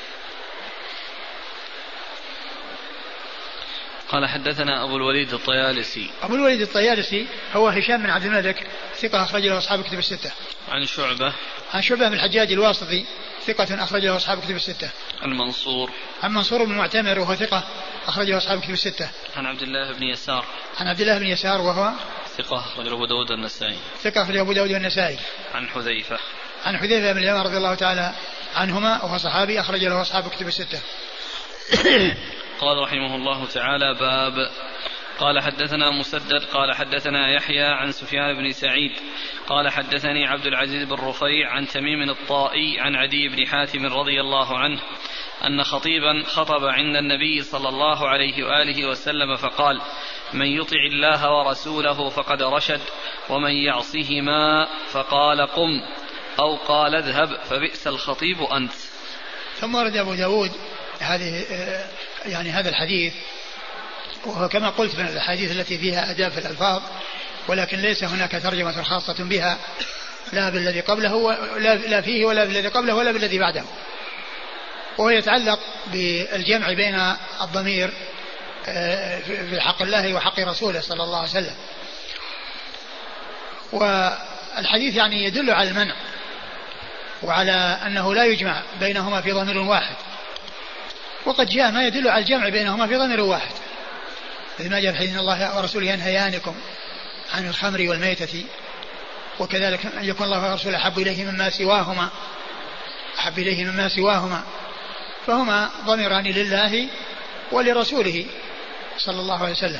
قال حدثنا أبو الوليد الطيالسي. أبو الوليد الطيالسي هو هشام بن عبد الملك ثقة أخرج له أصحاب كتب الستة. عن شعبة. عن شعبة بن الحجاج الواسطي ثقة أخرج له أصحاب كتب الستة. عن منصور. عن منصور بن معتمر وهو ثقة أخرج له أصحاب كتب الستة. عن عبد الله بن يسار. عن عبد الله بن يسار وهو ثقة أخرج أبو داود والنسائي. ثقة أخرج أبو داود والنسائي. عن حذيفة. عن حذيفة بن اليمان رضي الله تعالى عنهما وهو صحابي أخرج له أصحاب كتب الستة. قال رحمه الله تعالى: باب. قال حدثنا مسدد قال حدثنا يحيى عن سفيان بن سعيد قال حدثني عبد العزيز بن رفيع عن تميم الطائي عن عدي بن حاتم رضي الله عنه أن خطيبا خطب عند النبي صلى الله عليه وآله وسلم فقال: من يطع الله ورسوله فقد رشد ومن يعصهما فقال قم أو قال اذهب فبئس الخطيب أنت. ثم ورد أبو داود هذه يعني هذا الحديث، وهو كما قلت من الحديث التي فيها أداب في الألفاظ، ولكن ليس هناك ترجمة خاصة بها لا بالذي قبله ولا لا فيه ولا بالذي قبله ولا بالذي بعده، وهو يتعلق بالجمع بين الضمير في حق الله وحق رسوله صلى الله عليه وسلم. والحديث يعني يدل على المنع وعلى أنه لا يجمع بينهما في ضمير واحد، وقد جاء ما يدل على الجمع بينهما في ضمير واحد، مثل ما جاء في حديث إن الله ورسوله ينهيانكم عن الخمر والميتة، وكذلك أن يكون الله ورسوله أحب إليه مما سواهما أحب إليه مما سواهما فهما ضميران لله ولرسوله صلى الله عليه وسلم.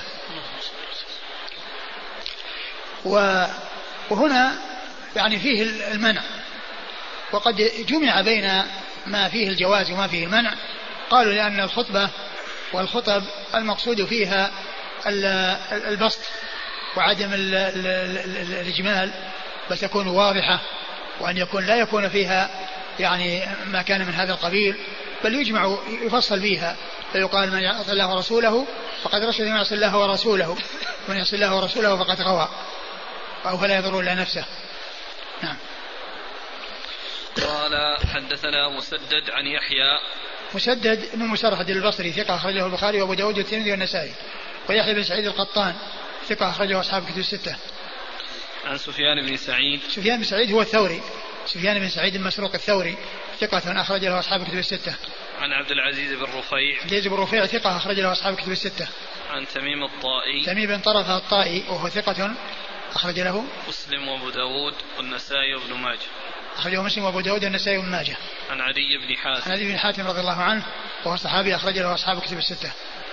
وهنا يعني فيه المنع، وقد جمع بين ما فيه الجواز وما فيه المنع. قالوا لأن الخطبة والخطب المقصود فيها البسط وعدم الإجمال، بل تكون واضحة، وأن يكون لا يكون فيها يعني ما كان من هذا القبيل، بل يجمع يفصل فيها، فيقال من يعصي الله ورسوله فقد رشد من يعصي الله ورسوله ومن يعصي الله ورسوله فقد غوى أو فلا يضر إلا نفسه. نعم. قال حدثنا مسدد عن يحيى. مسدد بن مسرهد البصري ثقة أخرجه البخاري وأبو داود والترمذي والنسائي. ويحيى بن سعيد القطان ثقة أخرجه أصحاب كتب الستة. عن سفيان بن سعيد. سفيان بن سعيد هو الثوري، سفيان بن سعيد المسروق الثوري ثقة أخرج له أصحاب كتب الستة. عن عبد العزيز بن رفيع. عبد العزيز بن رفيع ثقة أخرج له أصحاب كتب الستة. عن تميم الطائي. تميم بن طرفة الطائي وهو ثقة أخرج له مسلم وأبو داود والنسائي وابن ماجه. أخرجه مسلم وأبو داود والنسائي وابن ماجه. عن عدي بن حاتم. عن عدي بن حاتم رضي الله عنه وهو صحابي أخرج له أصحاب كتب الستة.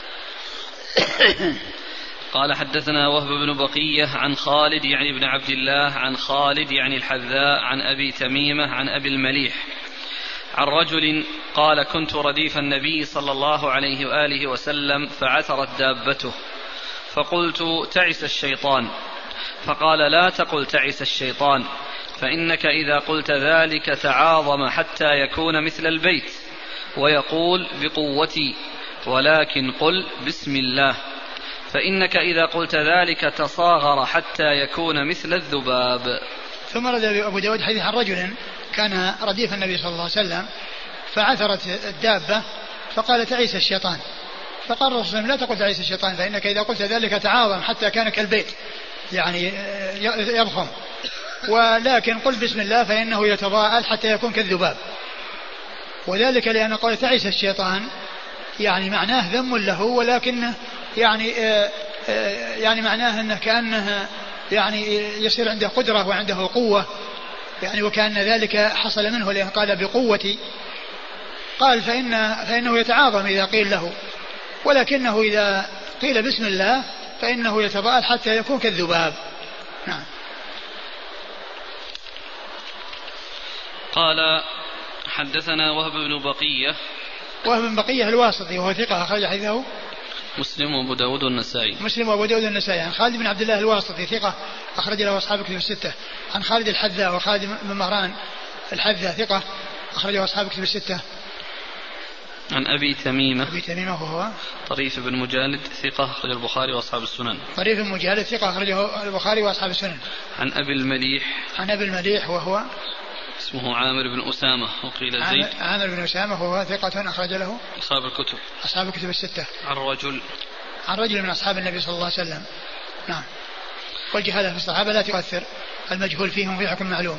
قال حدثنا وهب بن بقية عن خالد يعني بن عبد الله عن خالد يعني الحذاء عن أبي تميمة عن أبي المليح عن رجل قال: كنت رديف النبي صلى الله عليه وآله وسلم فعثرت دابته فقلت: تعس الشيطان. فقال: لا تقل تعس الشيطان، فإنك إذا قلت ذلك تعاظم حتى يكون مثل البيت ويقول بقوتي، ولكن قل بسم الله، فإنك إذا قلت ذلك تصاغر حتى يكون مثل الذباب. ثم رد أبو داود حديث عن رجل كان رديف النبي صلى الله عليه وسلم فعثرت الدابة فقال: تعيس الشيطان. فقال الرسول صلى الله عليه وسلم: لا تقل تعيس الشيطان، فإنك إذا قلت ذلك تعاظم حتى كان كالبيت يعني يضخم، ولكن قل بسم الله فإنه يتضاءل حتى يكون كالذباب. وذلك لأن قول تعيس الشيطان يعني معناه ذم له، ولكن يعني يعني معناه أنه كأنه يعني يصير عنده قدرة وعنده قوة، يعني وكأن ذلك حصل منه لأن قال بقوتي. قال فإن فإنه يتعاظم إذا قيل له، ولكنه إذا قيل بسم الله فإنه يتضاءل حتى يكون كالذباب. نعم. قال حدثنا وهب بن بقية. وهب بن بقية الواسطي وهو ثقة أخرج حديثه مسلم وأبو داود والنسائي. مسلم وأبو داود والنسائي. عن خالد بن عبد الله الواسطي ثقة أخرج له أصحاب كتب الستة. عن خالد الحذاء وخالد بن مهران الحذاء ثقة أخرجه أصحاب كتب الستة. عن أبي تميمة. أبي تميمة وهو طريف بن مجالد ثقة أخرج البخاري وأصحاب السنن. طريف بن مجالد ثقة أخرجه البخاري وأصحاب السنن. عن أبي المليح. عن أبي المليح وهو اسمه عامر بن أسامة وقيل زيد. عامر بن أسامة هو ثقة أخرج له أصحاب الكتب أصحاب الكتب الستة. عن رجل عن رجل من أصحاب النبي صلى الله عليه وسلم. نعم. والجهالة في الصحابة لا تؤثر، المجهول فيهم في حكم معلوم.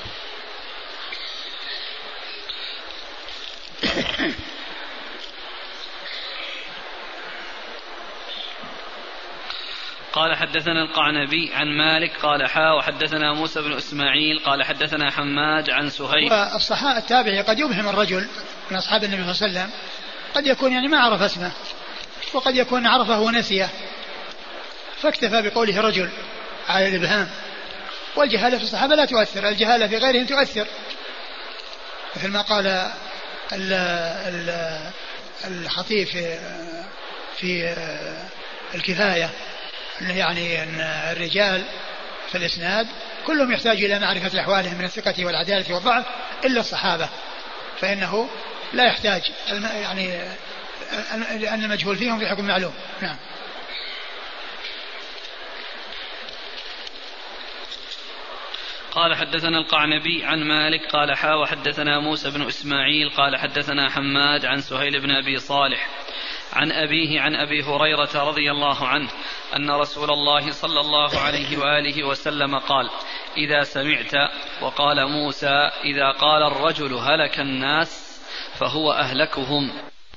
قال حدثنا القعنبي عن مالك قال حا وحدثنا موسى بن إسماعيل قال حدثنا حماد عن سهيل. والصحابة التابعي قد يبهم الرجل من أصحاب النبي صلى الله عليه وسلم، قد يكون يعني ما عرف اسمه، وقد يكون عرفه ونسيه فاكتفى بقوله رجل على الإبهام. والجهالة في الصحابة لا تؤثر، الجهالة في غيرهم تؤثر، مثل ما قال الخطيب في, في الكفاية يعني أن الرجال في الإسناد كلهم يحتاج إلى معرفة أحوالهم من الثقة والعدالة والضعف إلا الصحابة، فإنه لا يحتاج يعني أن المجهول فيهم في حكم معلوم. نعم. قال حدثنا القعنبي عن مالك قال حا وحدثنا موسى بن إسماعيل قال حدثنا حماد عن سهيل بن أبي صالح عن أبيه عن أبي هريرة رضي الله عنه أن رسول الله صلى الله عليه وآله وسلم قال: إذا سمعت وقال موسى إذا قال الرجل هلك الناس فهو أهلكهم.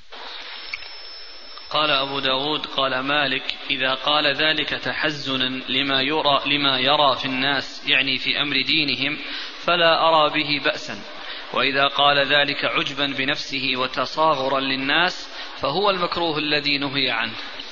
قال أبو داود قال مالك: إذا قال ذلك تحزنا لما يرى, لما يرى في الناس يعني في أمر دينهم فلا أرى به بأسا، وإذا قال ذلك عجبا بنفسه وتصاغرا للناس فهو المكروه الذي نهي عنه.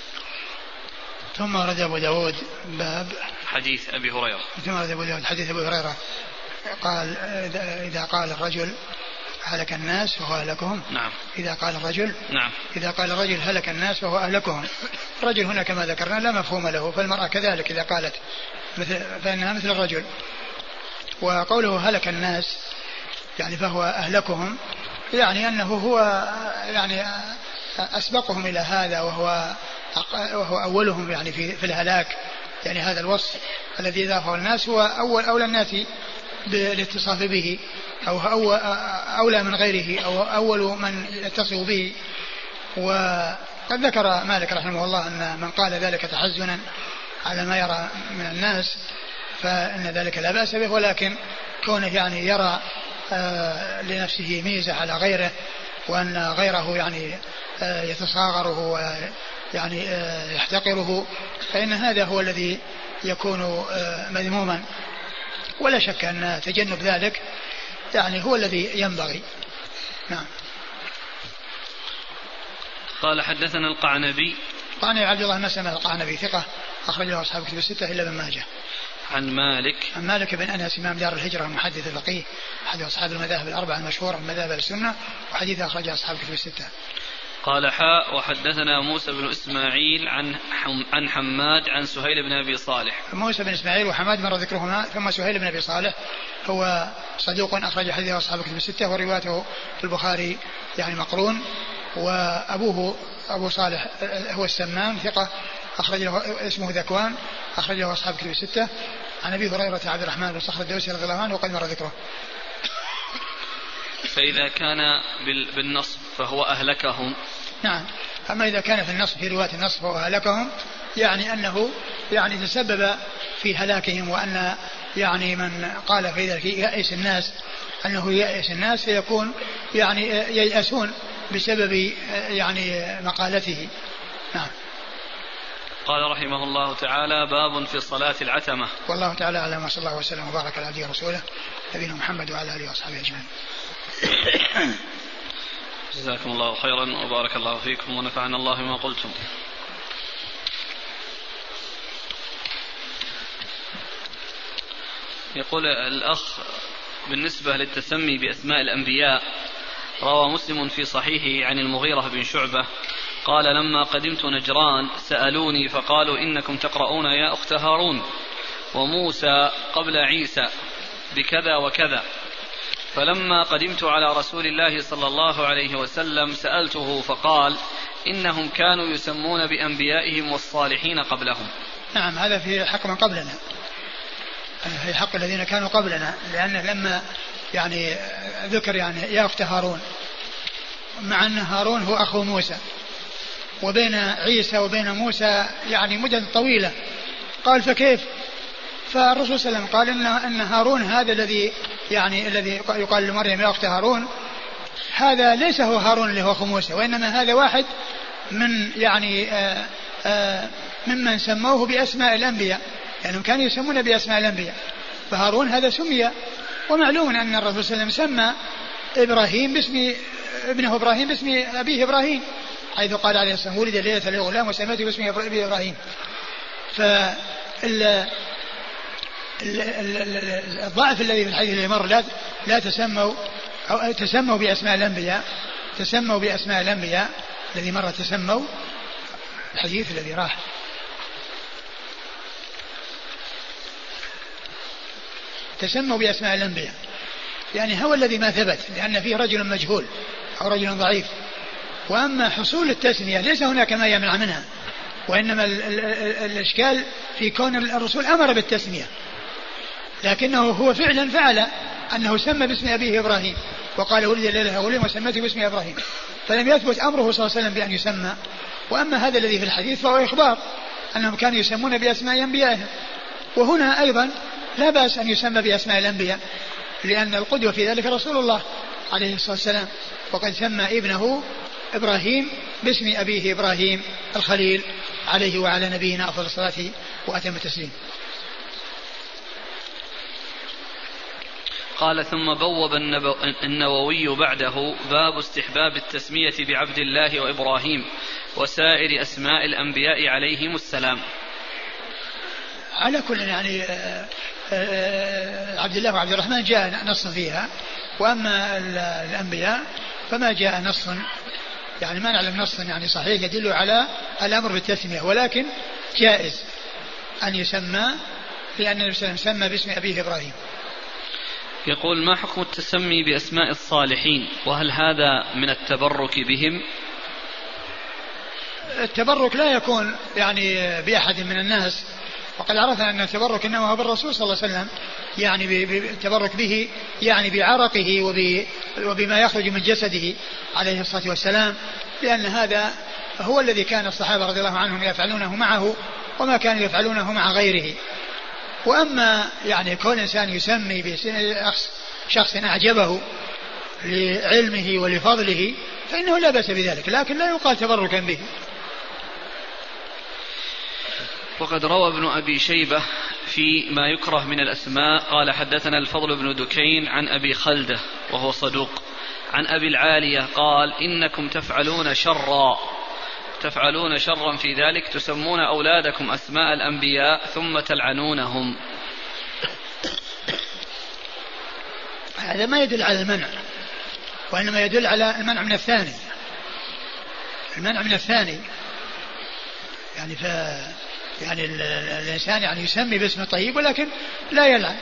ثم رد أبو داود باب حديث أبي هريرة ثم رد أبو داود حديث أبي هريرة قال: إذا قال الرجل هلك الناس فهو أهلكهم. نعم. إذا قال الرجل نعم. إذا قال الرجل هلك الناس فهو أهلكهم. الرجل هنا كما ذكرنا لا مفهوم له، فالمرأة كذلك إذا قالت مثل فإنها مثل الرجل. وقوله هلك الناس يعني فهو أهلكهم يعني أنه هو يعني أسبقهم إلى هذا وهو وهو أولهم يعني في في الهلاك. يعني هذا الوصف الذي ضافه الناس هو أول أولى الناس بالاتصاف به، أو أول أولى من غيره، أو أول من يتصف به. وقد ذكر مالك رحمه الله أن من قال ذلك تحزنا على ما يرى من الناس فإن ذلك لا بأس به، ولكن كونه يعني يرى آه لنفسه ميزة على غيره، وأن غيره يعني آه يتصاغره ويعني آه يحتقره، فإن هذا هو الذي يكون آه مذموما، ولا شك أن تجنب ذلك يعني هو الذي ينبغي. نعم. قال حدثنا القعنبي قعنبي عبد الله بن مسلمة القعنبي ثقة أخرج له أصحاب كتب الستة إلا ابن ماجه. عن مالك عن مالك بن أنس إمام دار الهجرة المحدث الفقيه أحد أصحاب المذاهب الأربعة المشهورة من مذاهب السنة، وحديث أخرج أصحاب كتب الستة. قال حاء وحدثنا موسى بن إسماعيل عن عن حماد عن سهيل بن أبي صالح. موسى بن إسماعيل وحماد مر ذكرهما. ثم سهيل بن أبي صالح هو صدوق أخرج حديثه أصحاب كتب الستة، وروايته في البخاري يعني مقرون. وأبوه أبو صالح هو السمان ثقة أخرج له اسمه ذكوان أخرج له أصحاب كتب الستة. عن أبي هريرة عبد الرحمن بن صخر الدوسي رضي الله عنه وقد مر ذكره. فإذا كان بالنصب فهو أهلكهم. نعم. أما إذا كان في النصب في رواية النصب فهو أهلكهم يعني أنه يعني تسبب في هلاكهم، وأن يعني من قال في ذلك يأس الناس أنه يأس الناس فيكون يعني ييأسون بسبب يعني مقالته. نعم. قال رحمه الله تعالى: باب في صلاة العتمة. والله تعالى أعلم، وصلى الله وسلم وبارك على عبده ورسوله نبينا محمد وعلى آله وصحبه أجمعين. جزاكم الله خيرا وبارك الله فيكم ونفعنا الله بما قلتم. يقول الأخ: بالنسبة للتسمي بأسماء الأنبياء، روى مسلم في صحيحه عن المغيرة بن شعبة قال: لما قدمت نجران سألوني فقالوا: إنكم تقرؤون يا أخت هارون وموسى قبل عيسى بكذا وكذا، فلما قدمت على رسول الله صلى الله عليه وسلم سألته فقال: إنهم كانوا يسمون بأنبيائهم والصالحين قبلهم. نعم، هذا في حق من قبلنا، في حق الذين كانوا قبلنا، لأنه لما يعني ذكر يعني يا أخت هارون، مع أن هارون هو أخو موسى، وبين عيسى وبين موسى يعني مدة طويلة. قال فكيف؟ فالرسول صلى الله عليه وسلم قال إن, إن هارون هذا الذي يعني الذي يقال لمريم يا أخت هارون، هذا ليس هو هارون اللي هو أخو موسى، وإنما هذا واحد من يعني آآ آآ ممن سموه بأسماء الأنبياء، يعني كانوا يسمون بأسماء الأنبياء، فهارون هذا سمي. ومعلوم أن الرسول صلى الله عليه وسلم سمى إبراهيم باسم ابنه إبراهيم باسم أبيه إبراهيم، حيث قال عليه الصلاة والسلام ولد ليلة الغلام وسميته باسم أبيه إبراهيم. فال الضعف الذي في الحديث الذي مر لا, لا تسموا أو تسموا بأسماء الأنبياء، تسموا بأسماء الأنبياء الذي مر تسموا الحديث الذي راح تسموا بأسماء الأنبياء، يعني هو الذي ما ثبت، لأن فيه رجل مجهول أو رجل ضعيف. وأما حصول التسمية ليس هناك ما يمنع منها، وإنما ال ال ال الإشكال في كون الرسول أمر بالتسمية، لكنه هو فعلا فعل أنه سمى باسم أبيه إبراهيم، وقال ولد ليلة غلام وسميته باسم إبراهيم، فلم يثبت أمره صلى الله عليه وسلم بأن يسمى. وأما هذا الذي في الحديث فهو إخبار أنهم كانوا يسمون بأسماء أنبيائهم، وهنا أيضا لا بأس أن يسمى بأسماء الأنبياء، لأن القدوة في ذلك رسول الله عليه الصلاة والسلام، وقد سمى ابنه إبراهيم باسم أبيه إبراهيم الخليل عليه وعلى نبينا أفضل الصلاة وأتم التسليم. قال ثم بوب النووي بعده باب استحباب التسمية بعبد الله وإبراهيم وسائر أسماء الأنبياء عليهم السلام. على كل يعني عبد الله وعبد الرحمن جاء نص فيها، وأما الأنبياء فما جاء نص، يعني ما نعلم نص يعني صحيح يدل على الأمر بالتسمية، ولكن جائز أن يسمى، لأن النبي صلى الله عليه وسلم سمى باسم أبيه إبراهيم. يقول ما حكم التسمي بأسماء الصالحين، وهل هذا من التبرك بهم؟ التبرك لا يكون يعني بأحد من الناس، وقد عرفنا أن التبرك إنما هو بالرسول صلى الله عليه وسلم، يعني بالتبرك به يعني بعرقه وبما يخرج من جسده عليه الصلاة والسلام، لأن هذا هو الذي كان الصحابة رضي الله عنهم يفعلونه معه وما كانوا يفعلونه مع غيره. وأما يعني كل إنسان يسمي بشخص أعجبه لعلمه ولفضله فإنه لا بأس بذلك، لكن لا يقال تبركا به. وقد روى ابن أبي شيبة في ما يكره من الأسماء قال حدثنا الفضل بن دكين عن أبي خلدة وهو صدوق عن أبي العالية قال إنكم تفعلون شرا تفعلون شرا في ذلك تسمون أولادكم أسماء الأنبياء ثم تلعنونهم. هذا ما يدل على المنع، وإنما يدل على المنع من الثاني، المنع من الثاني يعني ف يعني الإنسان يعني يسمي باسم طيب ولكن لا يلعن.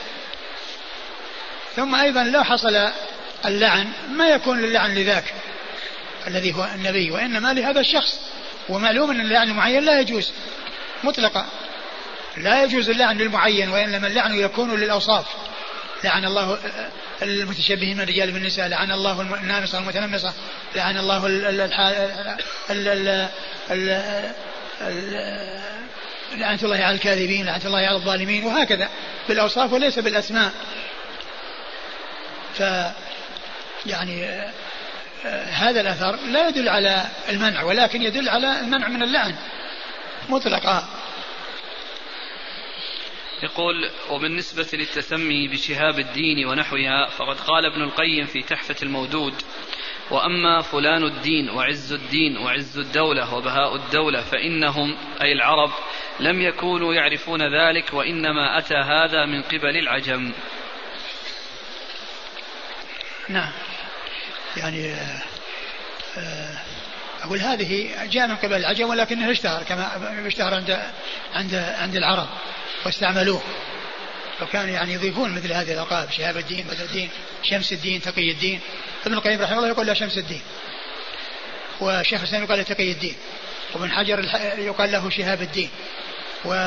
ثم أيضا لو حصل اللعن ما يكون للعن لذاك الذي هو النبي، وإنما لهذا الشخص، ومعلوم أن اللعن المعين لا يجوز مطلقا، لا يجوز اللعن للمعين، وإنما اللعن يكون للأوصاف. لعن الله المتشبهين من الرجال بالنساء، لعن الله النامصة والمتنمصة، لعن الله لعنة الله على الكاذبين، لعنة الله على الظالمين، وهكذا بالأوصاف وليس بالأسماء. ف يعني هذا الأثر لا يدل على المنع، ولكن يدل على المنع من اللعن مطلقا. يقول وبالنسبة للتسمي بشهاب الدين ونحوها فقد قال ابن القيم في تحفة المودود وأما فلان الدين وعز الدين وعز الدولة وبهاء الدولة فإنهم أي العرب لم يكونوا يعرفون ذلك، وإنما أتى هذا من قبل العجم. نعم، يعني أقول هذه جاء من قبل العجم، ولكنه اشتهر كما اشتهر عند عند عند العرب واستعملوه، وكانوا يعني يضيفون مثل هذه الألقاب، شهاب الدين، بدر الدين، شمس الدين، تقي الدين. ابن القيم رحمه الله يقول له شمس الدين، وشيخ الإسلام يقال له تقي الدين، وابن حجر يقال له شهاب الدين،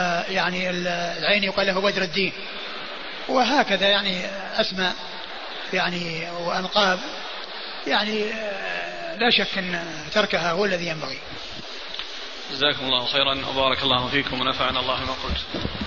ويعني العين يقال له بدر الدين، وهكذا يعني أسماء يعني وألقاب يعني لا شك أن تركها هو الذي ينبغي. جزاكم الله خيرا وبارك الله فيكم ونفعنا الله ما قلت.